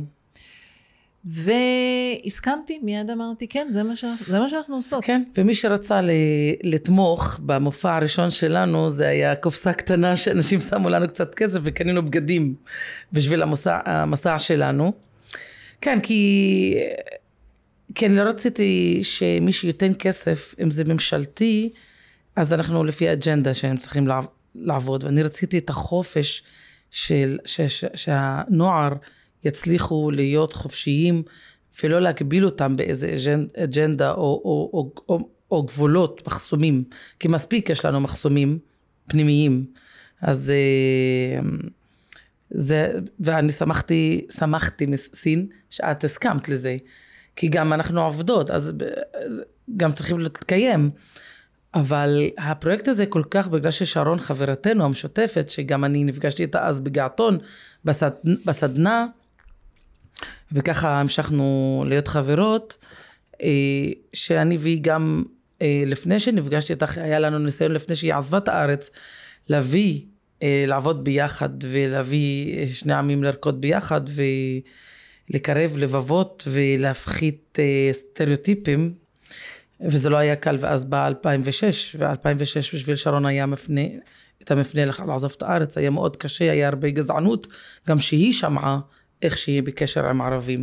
והסכמתי, מיד אמרתי, כן, זה מה שאנחנו עושות. כן, ומי שרצה לתמוך במופע הראשון שלנו, זה היה קופסה קטנה שאנשים שמו לנו קצת כסף וקנינו בגדים בשביל המסע שלנו. כן, כי לא רציתי שמי שיתן כסף, אם זה ממשלתי, אז אנחנו לפי האג'נדה שהם צריכים לעבוד, ואני רציתי את החופש שהנוער יצליחו להיות חופשיים, ולא להגביל אותם באיזה אג'נדה או גבולות, מחסומים, כי מספיק יש לנו מחסומים פנימיים, אז ואני שמחתי מסין, שאת הסכמת לזה, כי גם אנחנו עובדות, אז גם צריכים להתקיים, אבל הפרויקט הזה כל כך, בגלל ששרון חברתנו המשותפת, שגם אני נפגשתי איתה אז בגעתון, בסדנה, וככה המשכנו להיות חברות, שאני והיא גם, לפני שנפגשתי איתך, היה לנו ניסיון לפני שהיא עזבה את הארץ, לעבוד ביחד, ולהביא שני עמים לרקוד ביחד, ולקרב לבבות, ולהפחית סטריאוטיפים, וזה לא היה קל, ואז בא 2006, ו-2006 בשביל שרון היה את המפנה לעזוב את הארץ, היה מאוד קשה, היה הרבה גזענות, גם שהיא שמעה איך שהיא בקשר עם ערבים.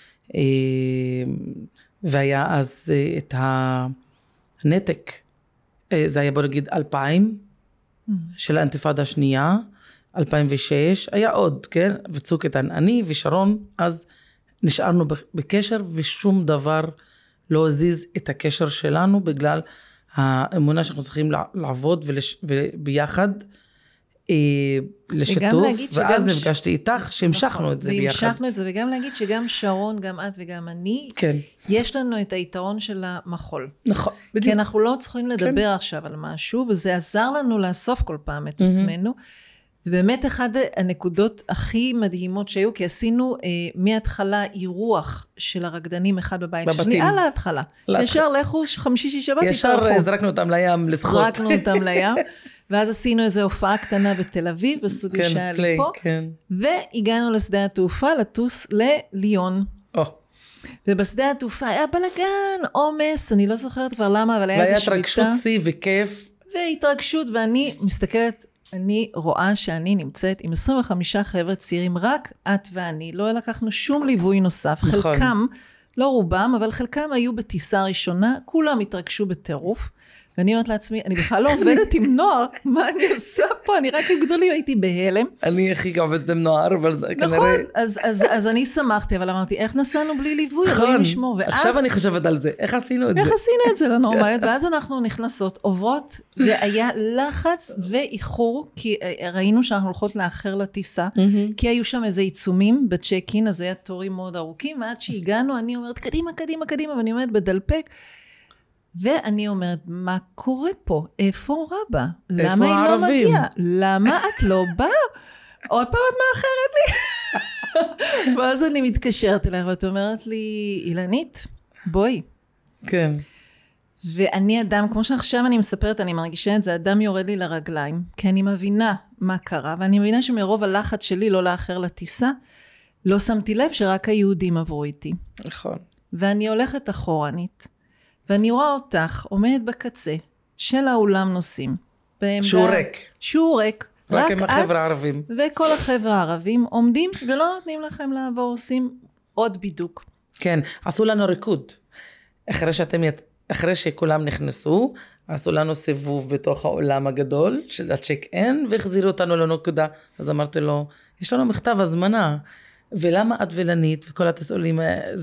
והיה אז את הנתק, זה היה בוא נגיד 2000, של האינתיפאדה השנייה, 2006, היה עוד, כן? וצוק איתן, אני ושרון, אז נשארנו בקשר, ושום דבר לא הזיז את הקשר שלנו, בגלל האמונה שאנחנו צריכים לעבוד וביחד, לשיתוף, ואז נפגשתי איתך, שהמשכנו את זה ביחד. והמשכנו את זה, וגם להגיד שגם שרון, גם את וגם אני, כן. יש לנו את היתרון של המחול. נכון, בדיוק. כי אנחנו לא צריכים לדבר עכשיו על משהו, וזה עזר לנו לאסוף כל פעם את עצמנו, ובאמת אחד הנקודות הכי מדהימות שהיו, כי עשינו מההתחלה אירוח של הרקדנים אחד בבית שלי, על ההתחלה. ישר לכו, חמישי, שישי, שבת, ישר זרקנו אותם לים לשחות. זרקנו אותם לים, ואז עשינו איזו הופעה קטנה בתל אביב, בסטודיו שהיה לי פה, והגענו לשדה התעופה, לטוס לליון. ובשדה התעופה היה בלגן, עומס, אני לא זוכרת כבר למה, אבל היה איזו שביתה. והיה התרגשות שיא וכיף. והתרגשות, ואני מסתכלת, אני רואה שאני נמצאת עם 25 חבר'ה צעירים, רק את ואני, לא לקחנו שום ליווי נוסף. נכון. חלקם, לא רובם, אבל חלקם היו בטיסה ראשונה, כולם התרגשו בטירוף, ואני אומרת לעצמי, אני בכלל לא עובדת עם נוער, מה אני עושה פה? אני רק עם גדולים, הייתי בהלם. אני הכי עובדת עם נוער, אבל זה כנראה... נכון, אז אני שמחתי, אבל אמרתי, איך נסענו בלי ליווי? אלוהים ישמור. עכשיו אני חושבת על זה, איך עשינו את זה? איך עשינו את זה לנורמליות? ואז אנחנו נכנסות, עוברות, והיה לחץ ואיחור, כי ראינו שאנחנו הולכות לאחר לטיסה, כי היו שם איזה עיצומים בצ'ק-אין, אז היה תורים מאוד ארוכים, ועד שהגענו, אני אומרת, קדימה, קדימה, קדימה, ואני אומרת בדלפק, ואני אומרת, מה קורה פה? איפה רבא? למה היא לא מגיעה? למה את לא באה? עוד פעם את מאחרת לי? ואז אני מתקשרת אליך, ואת אומרת לי, אילנית, בואי. כן. ואני אדם, כמו שעכשיו אני מספרת, אני מרגישה את זה, אדם יורד לי לרגליים, כי אני מבינה מה קרה, ואני מבינה שמרוב הלחץ שלי לא לאחר לטיסה, לא שמתי לב שרק היהודים עברו איתי. נכון. ואני הולכת אחורנית, ואני רואה אותך עומדת בקצה של האולם נוסעים. שהוא ריק. שהוא ריק. רק עם החבר'ה הערבים. וכל החבר'ה הערבים עומדים ולא נותנים לכם לעבור, עושים עוד בידוק. כן, עשו לנו ריקוד. אחרי שכולם נכנסו, עשו לנו סיבוב בתוך העולם הגדול של הצ'ק-אין, והחזירו אותנו לנקודה. אז אמרתי לו, יש לנו מכתב הזמנה. ולמה את ולנית וכל התשאולים,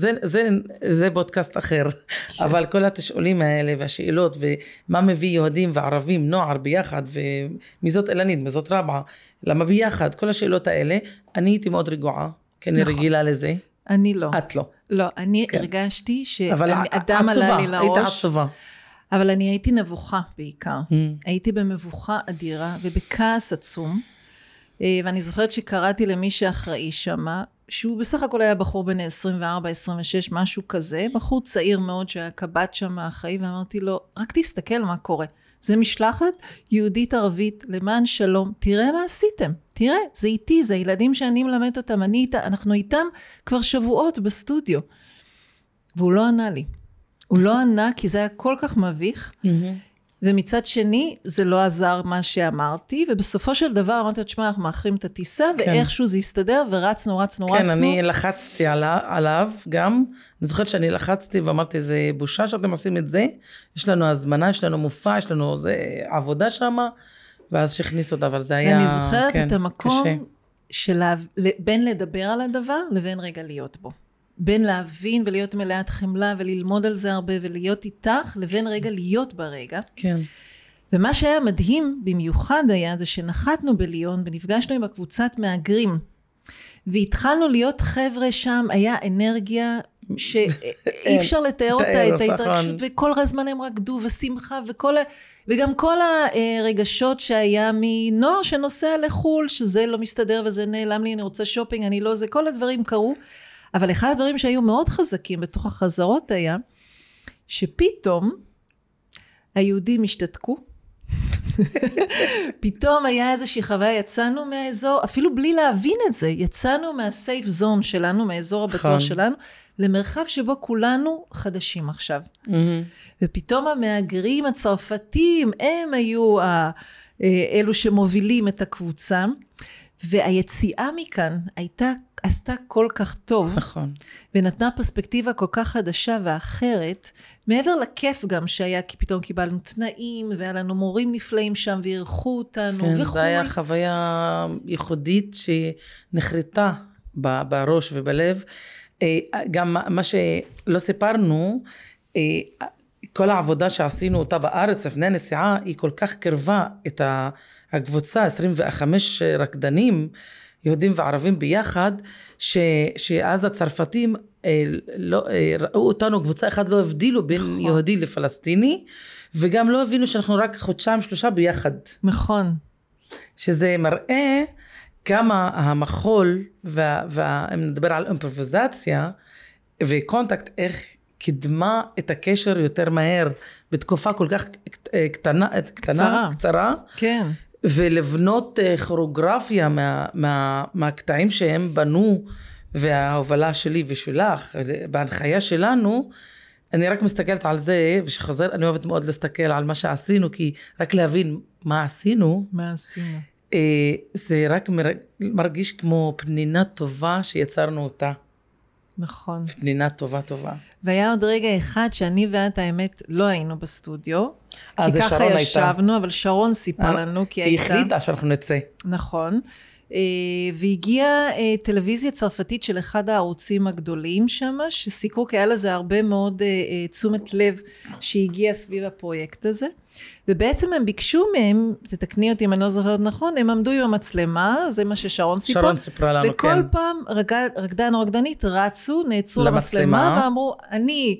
זה פודקאסט אחר, אבל כל התשאולים האלה והשאלות, ומה מביא יהודים וערבים, נוער ביחד, ומי זאת אלנית, מי זאת רבעה, למה ביחד, כל השאלות האלה, אני הייתי מאוד רגועה, כי אני רגילה לזה. אני לא. את לא. לא, אני הרגשתי שאדם עלה לי לראש. היית עצובה. אבל אני הייתי נבוכה בעיקר. הייתי במבוכה אדירה ובכעס עצום. ואני זוכרת שקראתי למי שאחראי שמה, שהוא בסך הכל היה בחור בין 24-26, משהו כזה, בחור צעיר מאוד שהיה קב"ט שם אחראי, ואמרתי לו, רק תסתכל מה קורה. זה משלחת יהודית ערבית למען שלום, תראה מה עשיתם, תראה, זה איתי, זה ילדים שאני מלמד אותם, אנחנו איתם כבר שבועות בסטודיו. והוא לא ענה לי. הוא לא ענה כי זה היה כל כך מביך, ומצד שני, זה לא עזר מה שאמרתי, ובסופו של דבר אמרתי, תשמע, אנחנו מאחרים את הטיסה, ואיכשהו זה הסתדר, ורצנו. כן, אני לחצתי עליו גם, אני זוכרת שאני לחצתי ואמרתי, זה בושה שאתם עושים את זה, יש לנו הזמנה, יש לנו מופע, יש לנו עבודה שם, ואז שהכניסו אותה, אבל זה היה, אני זוכרת את המקום בין לדבר על הדבר, לבין רגע להיות בו. בין להבין ולהיות מלאת חמלה וללמוד על זה הרבה ולהיות איתך, לבין רגע להיות ברגע. כן. ומה שהיה מדהים במיוחד היה זה שנחתנו בליון ונפגשנו עם הקבוצת מהגרים, והתחלנו להיות חבר'ה שם, היה אנרגיה שאי אפשר לתאר אותה, את ההתרגשות, וכל הזמן הם רקדו ושמחה, וגם כל הרגשות שהיה מנוער שנוסע לחול, שזה לא מסתדר וזה נעלם לי, אני רוצה שופינג, אני לא זה, כל הדברים קרו, אבל אחד הדברים שהיו מאוד חזקים בתוך החזרות היה, שפתאום היהודים השתתקו, פתאום היה איזושהי חוויה, יצאנו מהאזור, אפילו בלי להבין את זה, יצאנו מהסייף זון שלנו, מהאזור הבטוח שלנו, למרחב שבו כולנו חדשים עכשיו. ופתאום המהגרים הצרפתים, הם היו אלו שמובילים את הקבוצה, והיציאה מכאן עשתה כל כך טוב, נכון. ונתנה פרספקטיבה כל כך חדשה ואחרת, מעבר לכיף גם שהיה, כי פתאום קיבלנו תנאים, והיה לנו מורים נפלאים שם, וערכו אותנו, כן, וכו'. זו היה חוויה ייחודית, שנחרטה בראש ובלב. גם מה שלא סיפרנו, כל העבודה שעשינו אותה בארץ לפני הנסיעה, היא כל כך קרבה את הקבוצה, 25 רקדנים, יהודים וערבים ביחד, שאז הצרפתים ראו אותנו קבוצה אחת, לא הבדילו בין יהודי לפלסטיני, וגם לא הבינו שאנחנו רק חודשיים 3 ביחד. נכון. שזה מראה כמה המחול, ואם נדבר על אימפרוביזציה, וקונטקט, איך קדמה את הקשר יותר מהר, בתקופה כל כך קצרה. כן. ולבנות כוריאוגרפיה מהקטעים שהם בנו, וההובלה שלי ושלך, בהנחיה שלנו, אני רק מסתכלת על זה, ושחוזר, אני אוהבת מאוד להסתכל על מה שעשינו, כי רק להבין מה עשינו. זה רק מרגיש כמו פנינה טובה שיצרנו אותה. נכון. פנינה טובה. והיה עוד רגע אחד שאני ואת האמת לא היינו בסטודיו. כי ככה ישבנו, אבל שרון סיפר לנו, כי היא החליטה שאנחנו נצא. נכון. והגיעה טלוויזיה צרפתית של אחד הערוצים הגדולים שם, שסיקרו כי היה לזה הרבה מאוד תשומת לב שהגיעה סביב הפרויקט הזה. ובעצם הם ביקשו מהם, תתקני אותי אם אני לא זוכרת נכון, הם עמדו עם המצלמה, זה מה ששרון סיפר. שרון סיפרה לנו, וכל כן. פעם רקדן או רקדנית רצו, נעצרו למצלמה, ואמרו, אני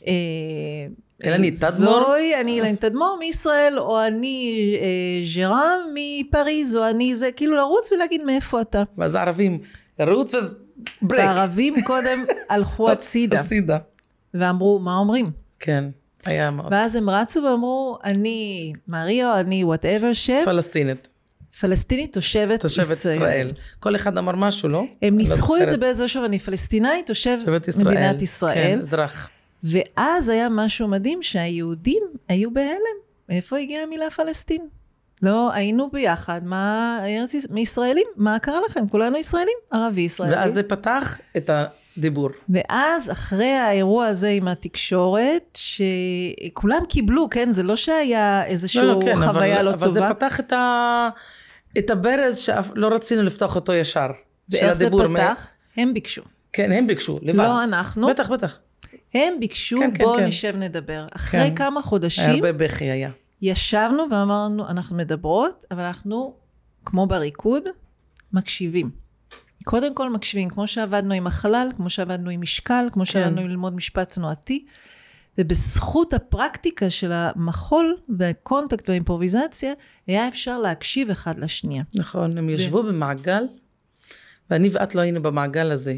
אילנית תדמור מישראל, או אני ז'רם מפריז, או אני זה, כאילו לרוץ ולהגיד מאיפה אתה. ואז הערבים, לרוץ וברק. הערבים קודם הלכו הצידה. ואמרו, מה אומרים? כן, היה מאוד. ואז הם רצו ואמרו, אני מריו, אני whatever שם. פלסטינית תושבת ישראל. כל אחד אמר משהו, לא? הם ניסחו את זה באיזו שוב, אני פלסטינאית, תושב מדינת ישראל. כן, אזרח. ואז היה משהו מדהים שהיהודים היו בהלם. איפה הגיעה המילה פלסטין? לא, היינו ביחד, מישראלים? מה קרה לכם? כולנו ישראלים? ערבי ישראלי. ואז זה פתח את הדיבור. ואז אחרי האירוע הזה עם התקשורת, שכולם קיבלו, כן? זה לא שהיה איזושהי חוויה לא טובה. אבל זה פתח את הברז שלא רצינו לפתוח אותו ישר. ואיך זה פתח? הם ביקשו. כן, הם ביקשו, לבד. לא אנחנו. בטח. הם ביקשו, בוא נשב נדבר. אחרי כמה חודשים, הרבה בכי היה. ישבנו ואמרנו, אנחנו מדברות, אבל אנחנו, כמו בריקוד, מקשיבים. קודם כל מקשיבים, כמו שעבדנו עם החלל, כמו שעבדנו עם משקל, כמו שעבדנו עם ללמוד משפט תנועתי, ובזכות הפרקטיקה של המחול והקונטקט והאימפרוביזציה, היה אפשר להקשיב אחד לשנייה. נכון, הם ישבו במעגל, ואני ואת לא היינו במעגל הזה.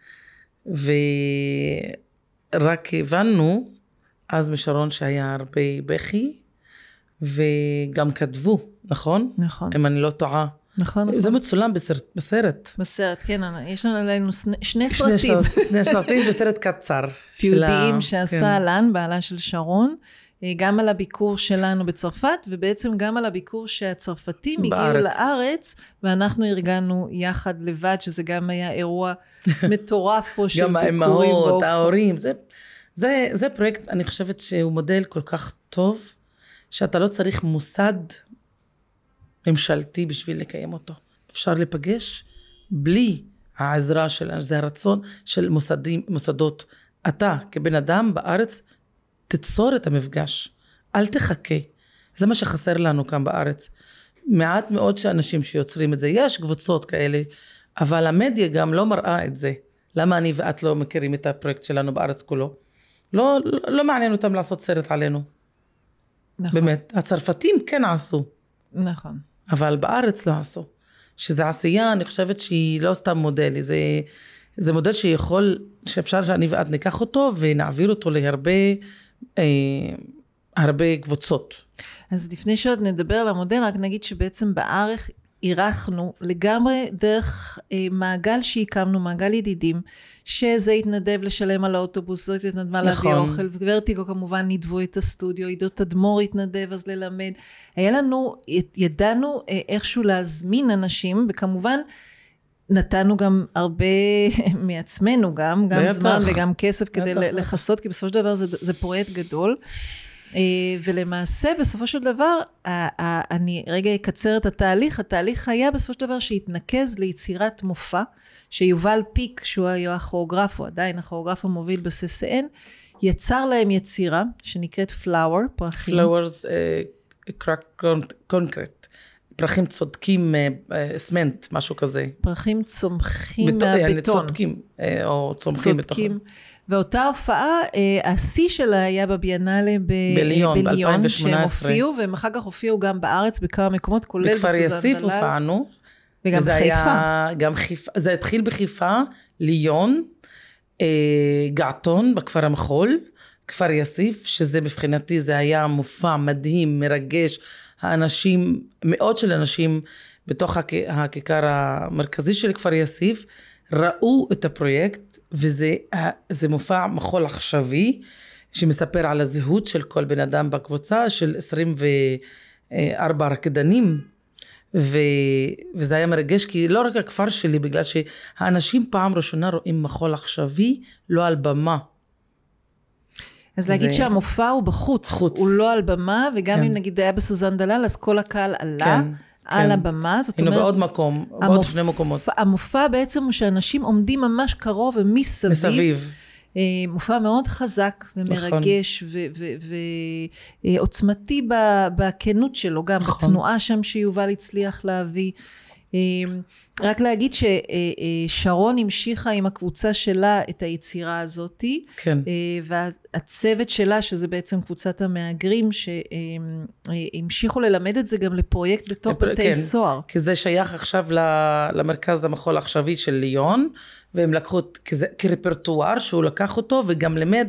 רק הבנו, אז משרון שהיה הרבה בכי, וגם כתבו, נכון? נכון. אם אני לא טועה. נכון. זה מצולם בסרט. בסרט, כן, יש לנו שני סרטים. שני סרטים וסרט קצר. תיעודיים שעשה לן, בעלה של שרון, גם על הביקור שלנו בצרפת, ובעצם גם על הביקור שהצרפתים הגיעו לארץ, ואנחנו ארגנו יחד לבד, שזה גם היה אירוע מטורף פה של ביקורים. גם האמהות, ההורים, זה פרויקט, אני חושבת שהוא מודל כל כך טוב, שאתה לא צריך מוסד ממשלתי בשביל לקיים אותו. אפשר לפגש בלי העזרה של, זה הרצון של מוסדות. אתה כבן אדם בארץ, תצור את המפגש. אל תחכה. זה מה שחסר לנו כאן בארץ. מעט מאוד שאנשים שיוצרים את זה. יש קבוצות כאלה, אבל המדיה גם לא מראה את זה. למה אני ואת לא מכירים את הפרויקט שלנו בארץ כולו? לא מעניין אותם לעשות סרט עלינו. נכון. באמת. הצרפתים כן עשו. נכון. אבל בארץ לא עשו. שזה עשייה, אני חושבת שהיא לא סתם מודל. זה מודל שאפשר שאני ואת ניקח אותו, ונעביר אותו הרבה קבוצות. אז לפני שעוד נדבר על המודל, רק נגיד שבעצם בארץ אירחנו לגמרי דרך מעגל שהקמנו, מעגל ידידים, שזה התנדב לשלם על האוטובוס, זאת התנדבה להביא אוכל, וורטיגו כמובן נדבו את הסטודיו, עידו תדמור התנדב אז ללמד. היה לנו, ידענו איכשהו להזמין אנשים, וכמובן נתנו גם הרבה מעצמנו גם זמן וגם כסף כדי לחסות, כי בסופו של דבר זה פרויקט גדול. ולמעשה בסופו של דבר, אני רגע אקצר את התהליך היה בסופו של דבר שהתנקז ליצירת מופע, שיובל פיק, שהוא היה הכוריאוגרף, הוא עדיין הכוריאוגרף המוביל ב-CCN, יצר להם יצירה שנקראת Flower, פרחים. Flowers concrete. פרחים צודקים, סמנט, משהו כזה. פרחים צומחים מהבטון. צודקים, או צומחים בתוכם. ואותה הופעה, השיא שלה היה בביאנלה בליון, ב-2018. שהם הופיעו, והם אחר כך הופיעו גם בארץ, בכמה מקומות, כולל בכפר יסיף הופענו. וגם חיפה. גם חיפה. זה התחיל בחיפה, ליון, געתון, בכפר המחול, כפר יסיף, שזה מבחינתי, זה היה מופע מדהים, מרגש, האנשים, מאות של אנשים, בתוך הכיכר המרכזי של כפר יסיף, ראו את הפרויקט, וזה מופע מחול עכשווי, שמספר על הזהות של כל בן אדם בקבוצה, של 24 רקדנים, וזה היה מרגש, כי לא רק הכפר שלי, בגלל שהאנשים פעם ראשונה רואים מחול עכשווי, לא על במה. אז להגיד שהמופע הוא בחוץ, הוא לא על במה, וגם אם נגיד היה בסוזן דלל, אז כל הקהל עלה על הבמה, זאת אומרת... היינו בעוד מקום, בעוד שני מקומות. המופע בעצם הוא שאנשים עומדים ממש קרוב ומסביב. מופע מאוד חזק ומרגש ועוצמתי בכנות שלו, גם בתנועה שם שיובל הצליח להביא. רק להגיד ששרון המשיכה עם הקבוצה שלה את היצירה הזאת, כן. והצוות שלה, שזה בעצם קבוצת המהגרים, שהמשיכו ללמד את זה גם לפרויקט בתוך בתי סוהר. כי זה שייך עכשיו למרכז המחול העכשווי של ליון, והם לקחו כרפרטואר שהוא לקח אותו, וגם למד,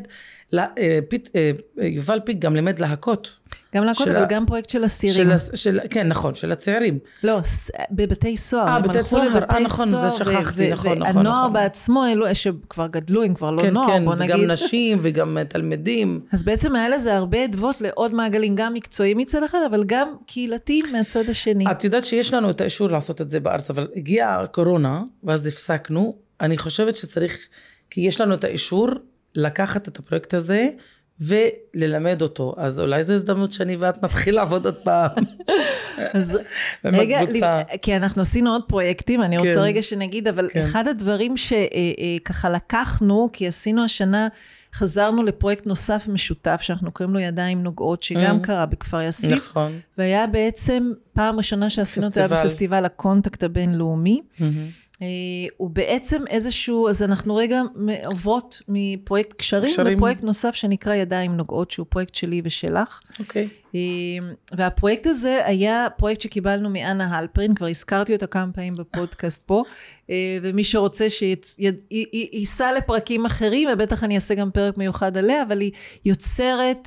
יובל פיק גם למד להקות. גם להקות, אבל גם פרויקט של אסירים. כן, נכון, של הצעירים. לא, בבתי סוהר. הם הלכו לבתי נכון, זה שכחתי, נכון. והנוער בעצמו, אלו שכבר גדלו, הם כבר לא נוער, בוא נגיד. וגם נשים וגם תלמידים. אז בעצם היה לזה הרבה עדוות לעוד מעגלים, גם מקצועיים מצד אחד, אבל גם קהילתיים מהצד השני. את יודעת שיש לנו את האישור לעשות את זה בארץ, אבל הגיעה הקורונה, ואז הפסקנו. אני חושבת שצריך, כי יש לנו את האישור, לקחת את הפרויקט הזה, וללמד אותו. אז אולי זו הזדמנות שאני ואת נתחיל לעבוד עוד פעם. אז רגע, כי אנחנו עשינו עוד פרויקטים, אני רוצה רגע שנגיד, אבל אחד הדברים שככה לקחנו, כי עשינו השנה, חזרנו לפרויקט נוסף משותף, שאנחנו קוראים לו ידיים נוגעות, שגם קרה בכפר יסיף, נכון. והיה בעצם פעם ראשונה שעשינו אותה בפסטיבל הקונטקט הבינלאומי, הוא בעצם איזשהו, אז אנחנו רגע עוברות מפרויקט קשרים לפרויקט נוסף שנקרא ידיים נוגעות, שהוא פרויקט שלי ושלך. אוקיי. והפרויקט הזה היה פרויקט שקיבלנו מאנה הלפרין, כבר הזכרתי אותה כמה פעמים בפודקאסט פה, ומי שרוצה שייסע לפרקים אחרים, ובטח אני אעשה גם פרק מיוחד עליה, אבל היא יוצרת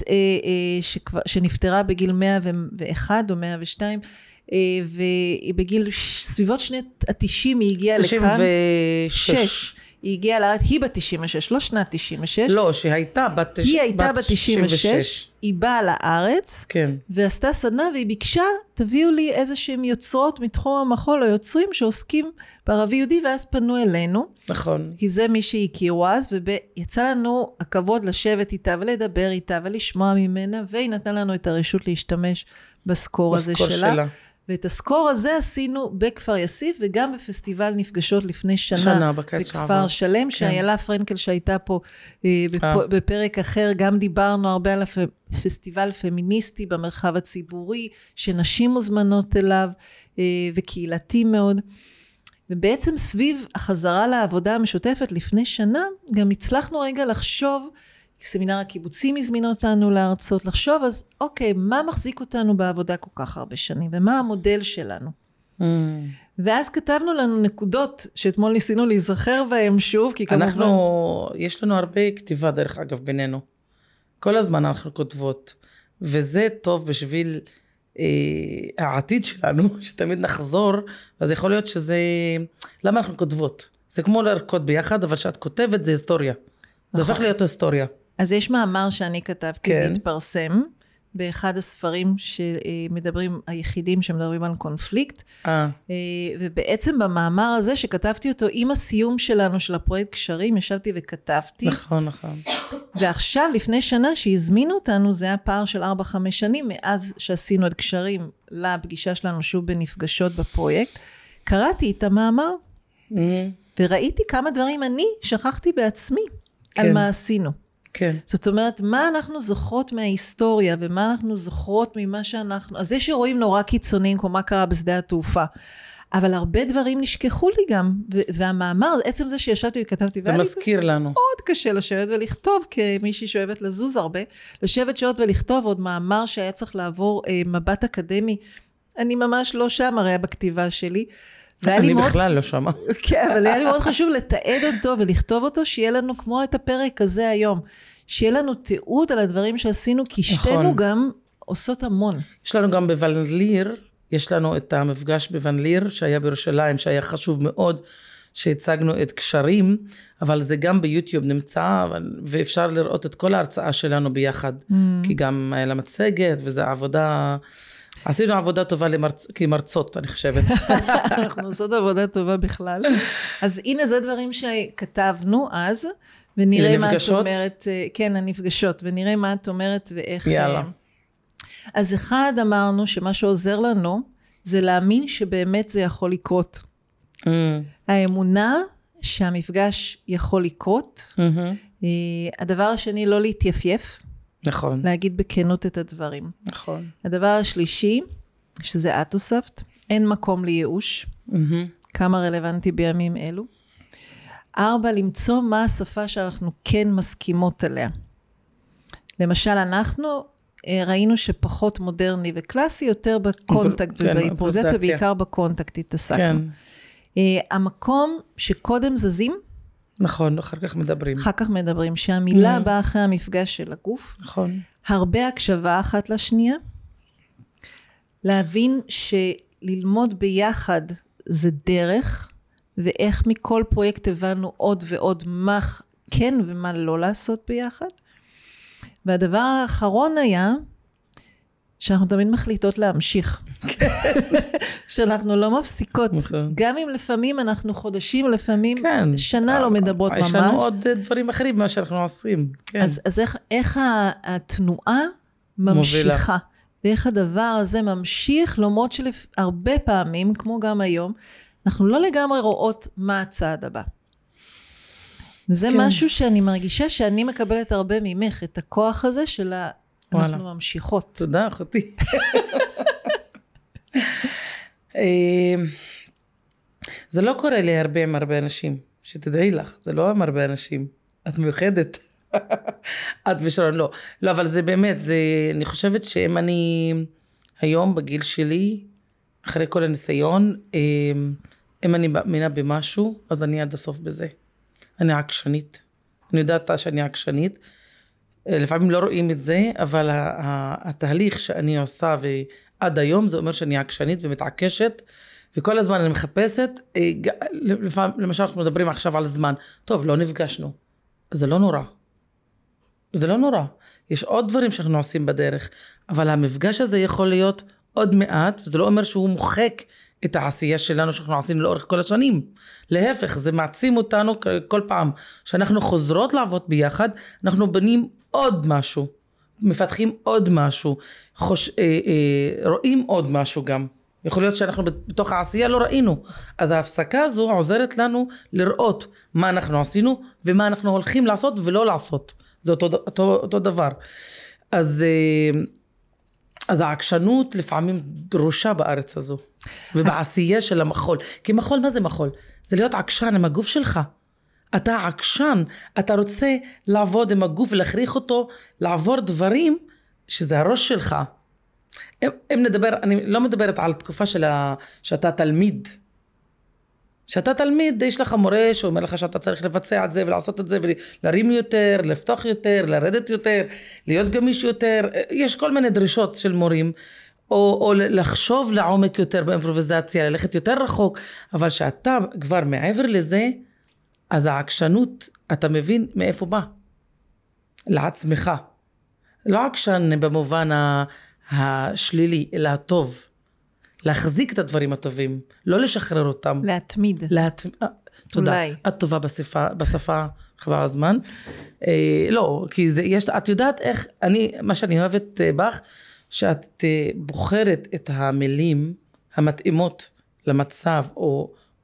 שנפטרה בגיל 101 או 102, ובגיל סביבות שנת ה-90 היא הגיעה לכאן. 96. היא הגיעה לארץ, היא בת 96, לא שנת 96. לא, שהייתה בת 96. היא הייתה בת 96, היא באה לארץ, כן. ועשתה סדנה, והיא ביקשה, תביאו לי איזשהם יוצרות מתחום המחול, או יוצרים שעוסקים בערבי יהודי, ואז פנו אלינו. נכון. כי זה מי שהכירו אז, ויצא לנו הכבוד לשבת איתה, ולדבר איתה, ולשמוע ממנה, והיא נתנה לנו את הרשות להשתמש בסקור הזה שלה. ואת הסקור הזה עשינו בכפר יסיף, וגם בפסטיבל נפגשות לפני שנה בכפר שלם, שאיילה פרנקל שהייתה פה בפרק אחר, גם דיברנו הרבה על הפסטיבל פמיניסטי במרחב הציבורי, שנשים מוזמנות אליו, וקהילתי מאוד. ובעצם סביב החזרה לעבודה המשותפת לפני שנה, גם הצלחנו רגע לחשוב, סמינר הקיבוצים הזמינו אותנו לארצות לחשוב, אז אוקיי, מה מחזיק אותנו בעבודה כל כך הרבה שנים, ומה המודל שלנו? ואז כתבנו לנו נקודות, שאתמול ניסינו להיזכר בהם שוב, כי כמובן... יש לנו הרבה כתיבה דרך אגב בינינו. כל הזמן אנחנו כותבות, וזה טוב בשביל העתיד שלנו, שתמיד נחזור, אז יכול להיות שזה... למה אנחנו כותבות? זה כמו לרקוד ביחד, אבל שאת כותבת זה היסטוריה. זה הופך להיות היסטוריה. אז יש מאמר שאני כתבתי והתפרסם, באחד הספרים שמדברים, היחידים שמדברים על קונפליקט, ובעצם במאמר הזה שכתבתי אותו עם הסיום שלנו של הפרויקט קשרים, ישבתי וכתבתי. נכון, נכון. ועכשיו, לפני שנה שהזמינו אותנו, זה היה פער של 4-5 שנים, מאז שעשינו את קשרים לפגישה שלנו שוב בנפגשות בפרויקט, קראתי את המאמר, וראיתי כמה דברים אני שכחתי בעצמי על מה עשינו. כן. זאת אומרת, מה אנחנו זוכרות מההיסטוריה, ומה אנחנו זוכרות ממה שאנחנו, אז זה שרואים נורא קיצוניים, כמו מה קרה בשדה התעופה, אבל הרבה דברים נשכחו לי גם, והמאמר, עצם זה שישבתי וכתבתי, זה מזכיר לנו. מאוד קשה לשבת ולכתוב, כמישהי שאוהבת לזוז הרבה, לשבת שעות ולכתוב עוד מאמר שהיה צריך לעבור מבט אקדמי, אני ממש לא שם הרי בכתיבה שלי, אני בכלל לא שמה. כן, אבל היה לי מאוד חשוב לתעד אותו ולכתוב אותו, שיהיה לנו כמו את הפרק הזה היום, שיהיה לנו תיעוד על הדברים שעשינו, כי שתינו גם עושות המון. יש לנו גם בוון ליר, יש לנו את המפגש בוון ליר, שהיה בירושלים, שהיה חשוב מאוד, שהצגנו את קשרים, אבל זה גם ביוטיוב נמצא, ואפשר לראות את כל ההרצאה שלנו ביחד, כי גם היה לה מצגת, וזו עבודה... עשינו עבודה טובה כמרצות, אני חושבת. אנחנו עושות עבודה טובה בכלל. אז הנה, זה דברים שכתבנו אז, ונראה מה את אומרת, כן, הנפגשות, ונראה מה את אומרת ואיך... יאללה. אז אחד אמרנו שמה שעוזר לנו, זה להאמין שבאמת זה יכול לקרות. האמונה שהמפגש יכול לקרות. הדבר השני, לא להתייפייף. נכון. להגיד בכנות את הדברים. נכון. הדבר השלישי, שזה את הוספת, אין מקום לייאוש. כמה רלוונטי בימים אלו. 4, למצוא מה השפה שאנחנו כן מסכימות עליה. למשל, אנחנו ראינו שפחות מודרני וקלאסי, יותר בקונטקט ובאימפרוביזציה, בעיקר בקונטקט התעסקנו. המקום שקודם זזים, נכון, אחר כך מדברים. שהמילה באה אחרי המפגש של הגוף. נכון. הרבה הקשבה אחת לשנייה. להבין שללמוד ביחד זה דרך, ואיך מכל פרויקט הבנו עוד ועוד מה כן ומה לא לעשות ביחד. והדבר האחרון היה, שאנחנו תמיד מחליטות להמשיך. שאנחנו לא מפסיקות. גם אם לפעמים אנחנו חודשים, לפעמים שנה לא מדברות ממש. יש לנו עוד דברים אחרים ממה שאנחנו עושים. אז איך התנועה ממשיכה? ואיך הדבר הזה ממשיך, למרות שהרבה פעמים, כמו גם היום, אנחנו לא לגמרי רואות מה הצעד הבא. וזה משהו שאני מרגישה שאני מקבלת הרבה ממך, את הכוח הזה של אנחנו ממשיכות. תודה, אחותי. זה לא קורה לי הרבה עם הרבה אנשים, שתדעי לך, זה לא עם הרבה אנשים, את מיוחדת. את ושרון, לא. לא, אבל זה באמת, אני חושבת שאם אני היום בגיל שלי, אחרי כל הניסיון, אם אני מאמינה במשהו, אז אני עד הסוף בזה. אני עקשנית. אני יודעת שאני עקשנית. לפעמים לא רואים את זה, אבל התהליך שאני עושה ועד היום, זה אומר שאני עקשנית ומתעקשת, וכל הזמן אני מחפשת, למשל אנחנו מדברים עכשיו על זמן, טוב, לא נפגשנו, זה לא נורא. זה לא נורא. יש עוד דברים שאנחנו עושים בדרך, אבל המפגש הזה יכול להיות עוד מעט, וזה לא אומר שהוא מוחק את העשייה שלנו שאנחנו עשינו לאורך כל השנים. להפך, זה מעצים אותנו כל פעם שאנחנו חוזרות לעבוד ביחד, אנחנו בנים עוד משהו, מפתחים עוד משהו, רואים עוד משהו גם. יכול להיות שאנחנו בתוך העשייה לא ראינו. אז ההפסקה הזו עוזרת לנו לראות מה אנחנו עשינו, ומה אנחנו הולכים לעשות ולא לעשות. זה אותו דבר. אז העקשנות לפעמים דרושה בארץ הזו, ובעשייה של המחול. כי מחול, מה זה מחול? זה להיות עקשן עם הגוף שלך. אתה עקשן, אתה רוצה לעבוד עם הגוף ולהכריח אותו לעבור דברים שזה הראש שלך. אם נדבר, אני לא מדברת על תקופה שאתה תלמיד. שאתה תלמיד, יש לך מורה שאומר לך שאתה צריך לבצע את זה ולעשות את זה ולהרים יותר, לפתוח יותר, לרדת יותר, להיות גמיש יותר. יש כל מיני דרישות של מורים, או לחשוב לעומק יותר באימפרוביזציה, ללכת יותר רחוק, אבל שאתה כבר מעבר לזה, אז העקשנות, אתה מבין מאיפה בא? לעצמך. לא עקשן במובן השלילי, אלא הטוב. להחזיק את הדברים הטובים, לא לשחרר אותם. להתמיד. תודה. את טובה בשפה חבל הזמן. לא, כי את יודעת איך, מה שאני אוהבת בך, שאת בוחרת את המילים המתאימות למצב, או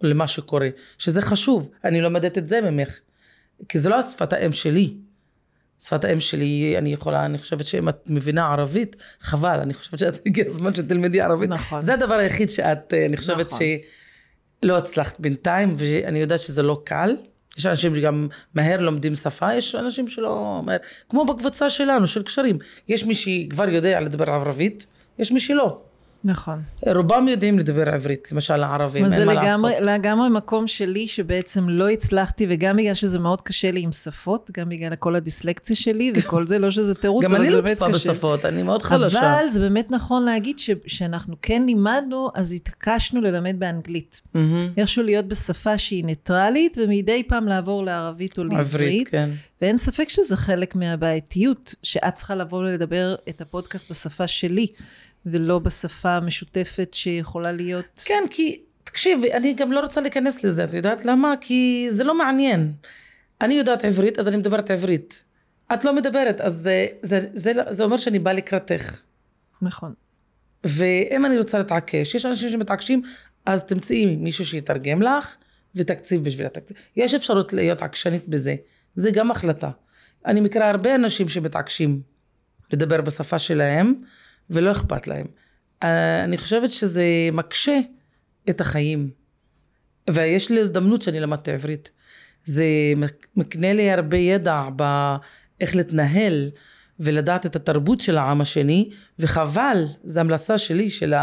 למה שקורה, שזה חשוב. אני לומדת את זה ממך, כי זה לא השפת האם שלי. שפת האם שלי, אני חושבת שאם את מבינה ערבית, חבל, אני חושבת שאת הגיע הזמן שתלמדי ערבית. נכון. זה הדבר היחיד שאת, אני חושבת נכון. שלא הצלחת בינתיים, ואני יודעת שזה לא קל. יש אנשים שגם מהר לומדים שפה, יש אנשים שלא מהר, כמו בקבוצה שלנו, של קשרים. יש מי שכבר יודע לדבר ערבית, יש מי שלא. נכון. רובם יודעים לדבר עברית, למשל הערבים, אין מה לעשות. זה לגמרי מקום שלי שבעצם לא הצלחתי, וגם בגלל שזה מאוד קשה לי עם שפות, גם בגלל כל הדיסלקציה שלי, וכל זה לא שזה תירוץ, גם אבל אני זה לא באמת טובה קשה. בשפות, אני מאוד חלשה. אבל זה באמת נכון להגיד שאנחנו כן לימדנו, אז התעקשנו ללמד באנגלית. איכשהו להיות בשפה שהיא ניטרלית, ומדי פעם לעבור לערבית או לעברית. כן. ואין ספק שזה חלק מהבעייתיות, שאת צריכה לבוא ולדבר את הפודקאסט בשפה שלי, ולא בשפה המשותפת שיכולה להיות... כן, כי, תקשיב, אני גם לא רוצה להיכנס לזה, את יודעת למה? כי זה לא מעניין. אני יודעת עברית, אז אני מדברת עברית. את לא מדברת, אז זה אומר שאני באה לקראתך. נכון. ואם אני רוצה להתעקש, יש אנשים שמתעקשים, אז תמצאי מישהו שיתרגם לך, ותקציב בשביל התקציב. יש אפשרות להיות עקשנית בזה. זה גם החלטה. אני מכירה הרבה אנשים שמתעקשים לדבר בשפה שלהם, ולא אכפת להם. אני חושבת שזה מקשה את החיים. ויש לי הזדמנות שאני למדתי עברית. זה מקנה לי הרבה ידע באיך להתנהל, ולדעת את התרבות של העם השני, וחבל, זו המלצה שלי, של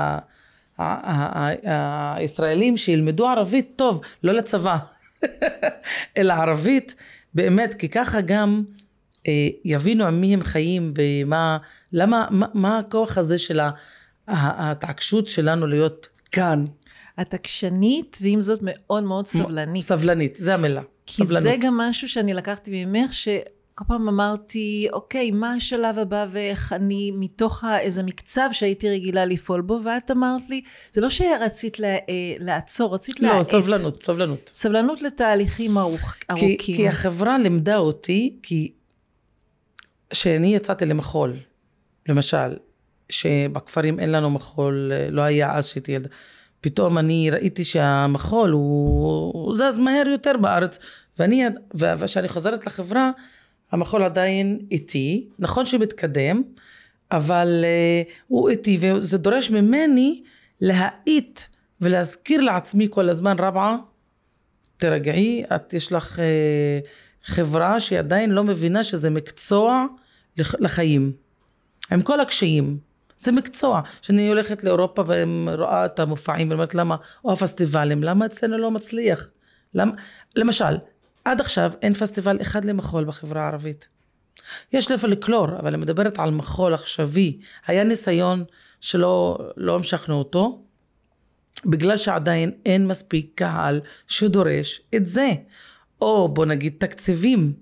הישראלים שילמדו ערבית טוב, לא לצבא, אלא ערבית, באמת, כי ככה גם יבינו עם מי הם חיים, מה הכוח הזה של ההתעקשות שלנו להיות כאן. את עקשנית, ועם זאת מאוד מאוד סבלנית. סבלנית, זה המילה. כי זה גם משהו שאני לקחתי ממך, כל פעם אמרתי, אוקיי, מה השלב הבא ואיך אני מתוך איזה מקצב שהייתי רגילה לפעול בו, ואת אמרת לי, זה לא שרצית לעצור, רצית להעט. לא, סבלנות. סבלנות לתהליכים ארוכים. כי החברה לימדה אותי, כי שאני יצאתי למחול, למשל, שבכפרים אין לנו מחול, לא היה אז שהייתי ילדה, פתאום אני ראיתי שהמחול הוא זז מהר יותר בארץ, וכשאני חוזרת לחברה, המחול עדיין איתי, נכון שמתקדם, אבל הוא איתי, וזה דורש ממני להעיט ולהזכיר לעצמי כל הזמן, רבעה, תרגעי, יש לך חברה שהיא עדיין לא מבינה שזה מקצוע לחיים, עם כל הקשיים. זה מקצוע, שאני הולכת לאירופה ורואה את המופעים, ואומרת למה, או הפסטיבלים, למה אצלנו לא מצליח? למשל, עד עכשיו אין פסטיבל אחד למחול בחברה הערבית. יש לפולקלור, אבל אני מדברת על מחול עכשווי. היה ניסיון שלא המשכנו אותו, בגלל שעדיין אין מספיק קהל שדורש את זה. או בוא נגיד תקציבים,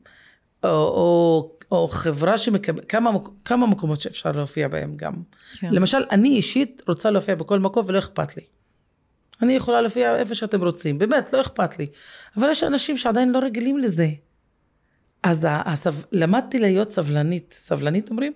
או חברה שמקבל, כמה מקומות שאפשר להופיע בהם גם. כן. למשל, אני אישית רוצה להופיע בכל מקום ולא אכפת לי. אני יכולה להופיע איפה שאתם רוצים, באמת, לא אכפת לי. אבל יש אנשים שעדיין לא רגילים לזה. אז למדתי להיות סבלנית אומרים?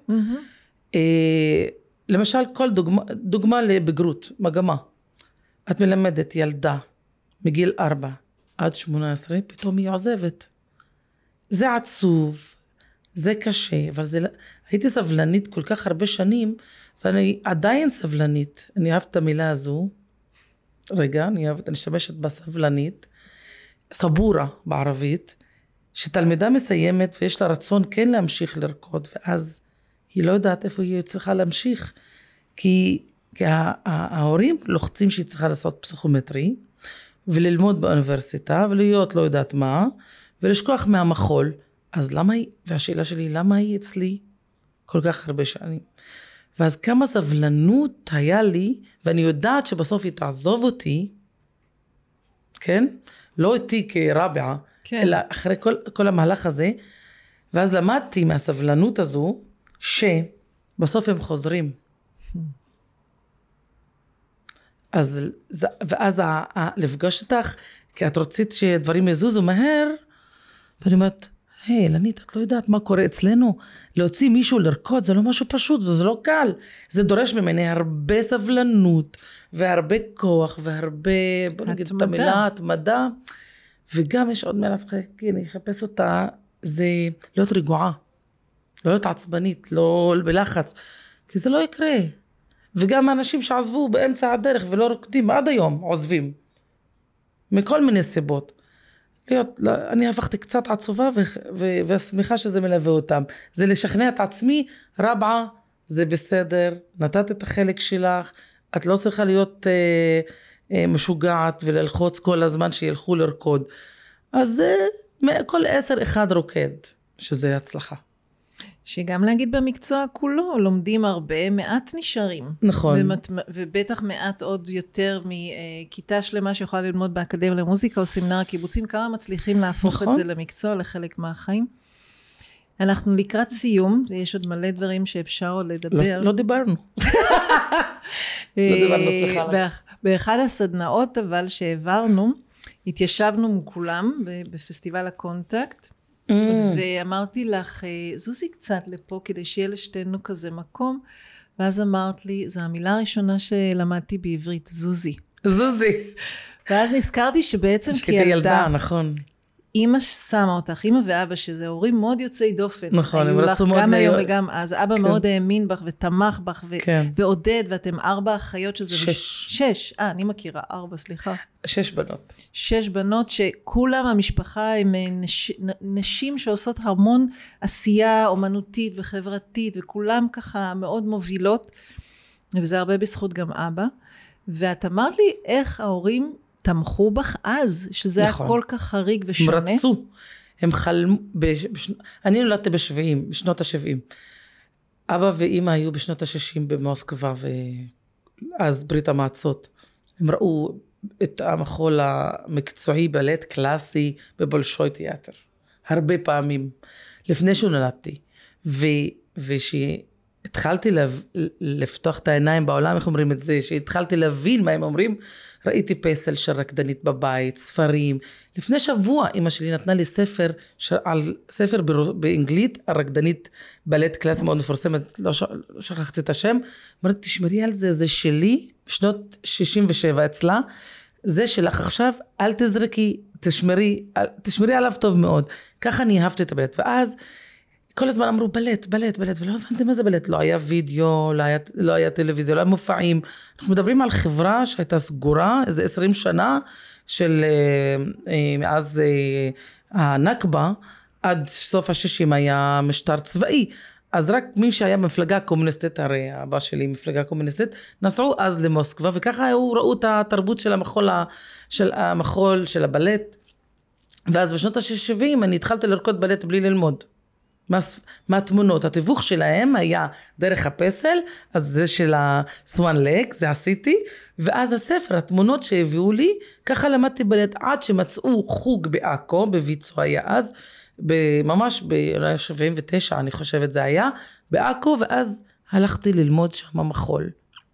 למשל, כל דוגמה לבגרות, מגמה. את מלמדת ילדה מגיל 4 עד 18, פתאום היא עוזבת. זה עצוב, זה קשה, אבל הייתי סבלנית כל כך הרבה שנים, ואני עדיין סבלנית. אני אוהבת את המילה הזו. רגע, אני משתמשת בסבלנית. סבורה בערבית, שתלמידה מסיימת ויש לה רצון כן להמשיך לרקוד, ואז היא לא יודעת איפה היא צריכה להמשיך, כי ההורים לוחצים שהיא צריכה לעשות פסיכומטרי, וללמוד באוניברסיטה, ולהיות לא יודעת מה, ולשכוח מהמחול. אז למה היא, והשאלה שלי, למה היא אצלי כל כך הרבה שנים? ואז כמה סבלנות היה לי, ואני יודעת שבסוף היא תעזוב אותי, כן? לא איתי כרבעה, כן. אלא אחרי כל המהלך הזה, ואז למדתי מהסבלנות הזו, שבסוף הם חוזרים. ואז לפגוש אותך, כי את רצית שדברים יזוזו מהר, ואני אומרת, אילנית, את לא יודעת מה קורה אצלנו? להוציא מישהו לרקוד זה לא משהו פשוט וזה לא קל. זה דורש ממני הרבה סבלנות והרבה כוח והרבה, בוא נגיד את המילה, התמדה. וגם יש עוד מילה, אני אחפש אותה, זה להיות רגועה, לא להיות עצבנית, לא בלחץ, כי זה לא יקרה. וגם האנשים שעזבו באמצע הדרך ולא רוקדים עד היום עוזבים. מכל מיני סיבות. אני הפכתי קצת עצובה והשמיכה שזה מלווה אותם. זה לשכנע את עצמי, רבעה, זה בסדר, נתת את החלק שלך, את לא צריכה להיות משוגעת וללחוץ כל הזמן שילכו לרקוד. אז כל 10 אחד רוקד, שזה הצלחה. שגם להגיד במקצוע כולו, לומדים הרבה, מעט נשארים. נכון. ובטח מעט עוד יותר מכיתה שלמה שיכולה ללמוד באקדמיה למוזיקה או סמינר הקיבוצים, כמה מצליחים להפוך נכון. את זה למקצוע, לחלק מהחיים. אנחנו לקראת סיום, יש עוד מלא דברים שאפשר עוד לדבר. לא דיברנו. לא דיברנו, סליחה. באחד הסדנאות אבל שהעברנו, התיישבנו מכולם בפסטיבל הקונטקט, ואמרתי לך, זוזי קצת לפה כדי שיהיה לשתינו כזה מקום, ואז אמרת לי, זו המילה הראשונה שלמדתי בעברית, זוזי. זוזי. ואז נזכרתי שבעצם כילדה, נכון. אמא שמה אותך, אמא ואבא, שזה הורים מאוד יוצאי דופן. נכון, הם רצו מאוד גם היום וגם אז. אבא מאוד האמין בך ותמך בך ועודד, ואתם 4 אחיות שזה... 6. אני מכירה 4, סליחה. 6 בנות. 6 בנות שכולם המשפחה הם נשים שעושות המון עשייה אומנותית וחברתית, וכולם ככה מאוד מובילות, וזה הרבה בזכות גם אבא. ואת אמרת לי איך ההורים תמכו בך אז, שזה היה כל כך חריג ושונה. הם רצו, הם חלמו, אני נולדתי בשנות ה-70. אבא ואמא היו בשנות ה-60 במוסקבה, ואז ברית המועצות. הם ראו את המחול המקצועי, בלט קלאסי, בבולשוי תיאטר. הרבה פעמים, לפני שנולדתי. ושהתחלתי לפתוח את העיניים בעולם, איך אומרים את זה, שהתחלתי להבין מה הם אומרים, ראיתי פסל של רקדנית בבית, ספרים. לפני שבוע אמא שלי נתנה לי ספר באנגלית, הרקדנית בלט קלאסי מאוד מפורסמת, לא שכחתי את השם, אמרתי, תשמרי על זה, זה שלי, בשנות 67 אצלה, זה שלך עכשיו, אל תזרקי, תשמרי עליו טוב מאוד. ככה אני אהבתי את הבלט, ואז כל הזמן אמרו בלט, ולא הבנתי מה זה בלט, לא היה וידאו, לא היה טלוויזיה, לא היה מופעים. אנחנו מדברים על חברה שהייתה סגורה, איזה 20 שנה, של מאז הנכבה, עד סוף ה-60 היה משטר צבאי, אז רק מי שהיה מפלגה קומוניסטית, הרי אבא שלי מפלגה קומוניסטית, נסעו אז למוסקבה, וככה ראו את התרבות של המחול, של הבלט, ואז בשנות ה-70 אני התחלתי לרקוד בלט בלי ללמוד. מהתמונות, התיווך שלהם היה דרך הפסל, אז זה של הסואן לק, זה עשיתי, ואז הספר, התמונות שהביאו לי, ככה למדתי בלט, עד שמצאו חוג באקו, בויצו היה אז, ממש ב-79 אני חושבת זה היה, באקו, ואז הלכתי ללמוד שם מחול.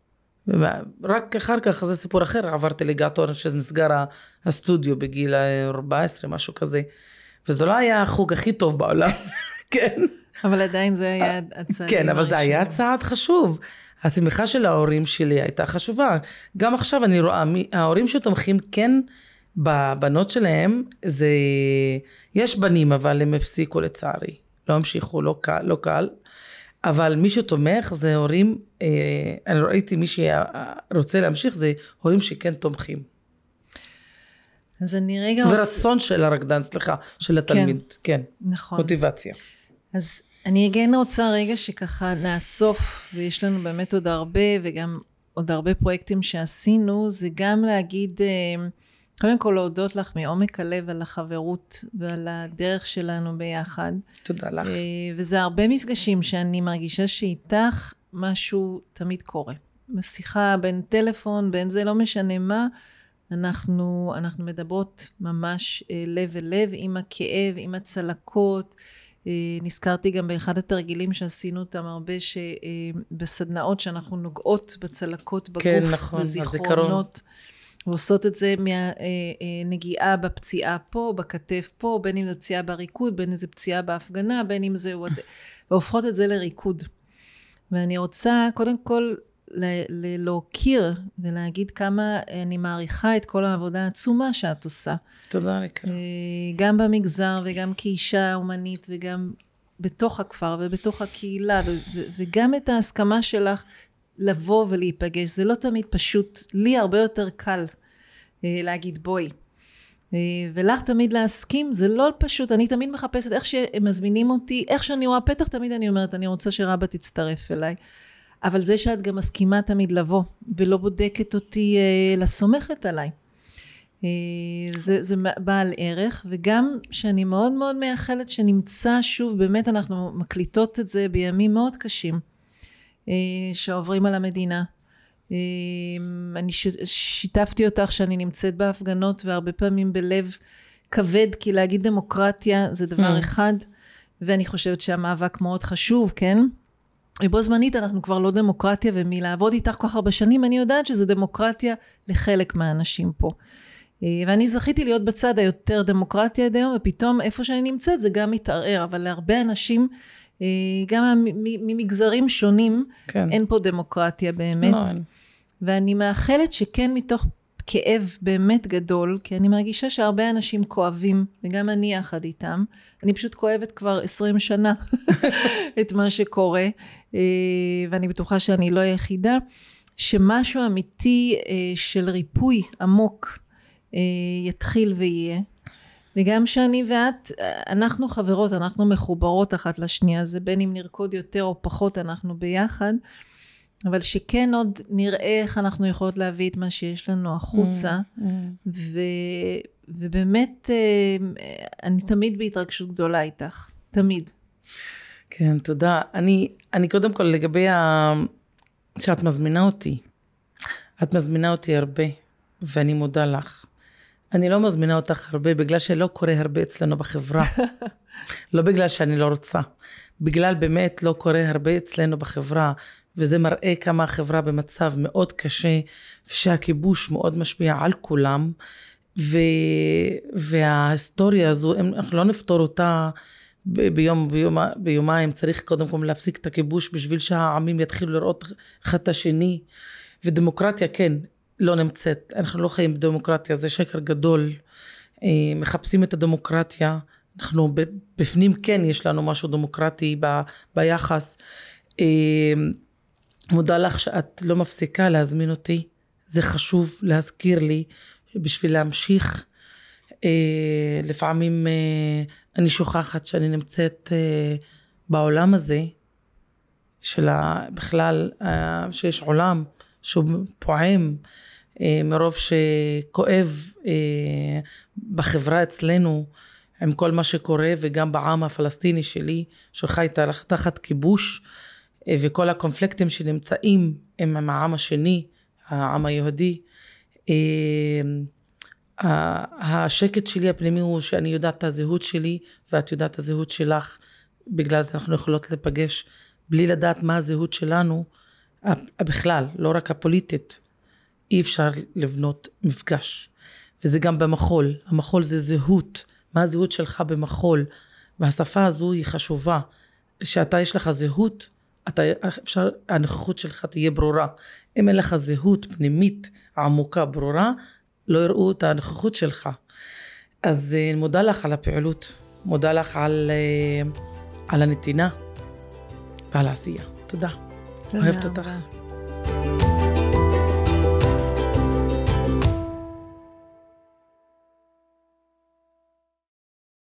רק אחר כך, זה סיפור אחר, עברתי לגאטון, שנסגר הסטודיו בגיל 14, משהו כזה, וזה לא היה החוג הכי טוב בעולם. כן. אבל עדיין זה היה הצעד. כן, אבל זה היה צעד חשוב. התמיכה של ההורים שלי הייתה חשובה. גם עכשיו אני רואה, ההורים שתומכים כן בבנות שלהם, זה, יש בנים, אבל הם הפסיקו לצערי. לא המשיכו, לא קל. אבל מי שתומך זה הורים, אני ראיתי מי שרוצה להמשיך, זה הורים שכן תומכים. אז אני רגע ורצון של הרקדן, סליחה, של התלמיד, כן. נכון. מוטיבציה. אז אני כן רוצה רגע שככה נאסוף, ויש לנו באמת עוד הרבה, וגם עוד הרבה פרויקטים שעשינו, זה גם להגיד, קודם כל להודות לך מעומק הלב על החברות, ועל הדרך שלנו ביחד. תודה לך. וזה הרבה מפגשים שאני מרגישה שאיתך משהו תמיד קורה. בשיחה בין טלפון, בין זה לא משנה מה, אנחנו מדברות ממש לב אל לב, עם הכאב, עם הצלקות. נזכרתי גם באחד התרגילים שעשינו אותם הרבה, שבסדנאות שאנחנו נוגעות בצלקות בגוף, כן, נכון, בזיכרונות. ועושות את זה מהנגיעה בפציעה פה, בכתף פה, בין אם זה פציעה בריקוד, בין אם זה פציעה בהפגנה, בין אם זה... והופכות את זה לריקוד. ואני רוצה קודם כל להוקיר ולהגיד כמה אני מעריכה את כל העבודה העצומה שאת עושה. תודה רבה. גם במגזר וגם כאישה אומנית וגם בתוך הכפר ובתוך הקהילה וגם את ההסכמה שלך לבוא ולהיפגש. זה לא תמיד פשוט, לי הרבה יותר קל להגיד בואי. ולך תמיד להסכים, זה לא פשוט, אני תמיד מחפשת איך שמזמינים אותי, איך שאני רואה פתח תמיד אני אומרת, אני רוצה שרבא תצטרף אליי. אבל זה שאת גם מסכימה תמיד לבוא, ולא בודקת אותי לסומכת עליי. זה בעל ערך, וגם שאני מאוד מאוד מייחלת שנמצא שוב, באמת אנחנו מקליטות את זה בימים מאוד קשים, שעוברים על המדינה. אני שיתפתי אותך שאני נמצאת בהפגנות, והרבה פעמים בלב כבד, כי להגיד דמוקרטיה זה דבר אחד, ואני חושבת שהמאבק מאוד חשוב, כן? ובו זמנית אנחנו כבר לא דמוקרטיה, ומלעבוד איתך כל כך הרבה שנים, אני יודעת שזה דמוקרטיה לחלק מהאנשים פה. ואני זכיתי להיות בצד היותר דמוקרטיה עד היום, ופתאום איפה שאני נמצאת זה גם מתערער, אבל להרבה אנשים, גם ממגזרים שונים, כן. אין פה דמוקרטיה באמת. לא. ואני מאחלת שכן מתוך כאב באמת גדול, כי אני מרגישה שהרבה אנשים כואבים, וגם אני יחד איתם, אני פשוט כואבת כבר 20 שנה את מה שקורה, ואני בטוחה שאני לא היחידה, שמשהו אמיתי של ריפוי עמוק יתחיל ויהיה, וגם שאני ואת, אנחנו חברות, אנחנו מחוברות אחת לשנייה, זה בין אם נרקוד יותר או פחות, אנחנו ביחד, אבל שכן עוד נראה איך אנחנו יכולות להביא את מה שיש לנו החוצה, ובאמת אני תמיד בהתרגשות גדולה איתך, תמיד. כן, תודה. אני קודם כל לגבי שאת מזמינה אותי, את מזמינה אותי הרבה, ואני מודה לך. אני לא מזמינה אותך הרבה, בגלל שלא קורה הרבה אצלנו בחברה. לא בגלל שאני לא רוצה, בגלל באמת לא קורה הרבה אצלנו בחברה, וזה מראה כמה החברה במצב מאוד קשה, ושהכיבוש מאוד משפיע על כולם, וההיסטוריה הזו, אנחנו לא נפתור אותה ביומיים, צריך קודם כל להפסיק את הכיבוש, בשביל שהעמים יתחילו לראות אחד את השני, ודמוקרטיה כן, לא נמצאת, אנחנו לא חיים בדמוקרטיה, זה שקר גדול, מחפשים את הדמוקרטיה, אנחנו בפנים כן יש לנו משהו דמוקרטי ביחס, מודה לך שאת לא מפסיקה להזמין אותי, זה חשוב להזכיר לי, בשביל להמשיך, לפעמים אני שוכחת שאני נמצאת בעולם הזה, בכלל שיש עולם שהוא פועם, מרוב שכואב בחברה אצלנו, עם כל מה שקורה, וגם בעם הפלסטיני שלי, שחי תחת כיבוש, וכל הקונפליקטים שנמצאים עם העם השני, העם היהודי, השקט שלי הפנימי הוא שאני יודעת את הזהות שלי, ואת יודעת את הזהות שלך, בגלל זה אנחנו יכולות לפגש, בלי לדעת מה הזהות שלנו, בכלל, לא רק הפוליטית, אי אפשר לבנות מפגש. וזה גם במחול, המחול זה זהות, מה הזהות שלך במחול, והשפה הזו היא חשובה, שאתה יש לך זהות, הנוכחות שלך תהיה ברורה, אם אין לך זהות פנימית עמוקה ברורה, לא יראו את הנוכחות שלך. אז מודה לך על הפעילות, מודה לך על הנתינה ועל העשייה. תודה. אוהבת אותך.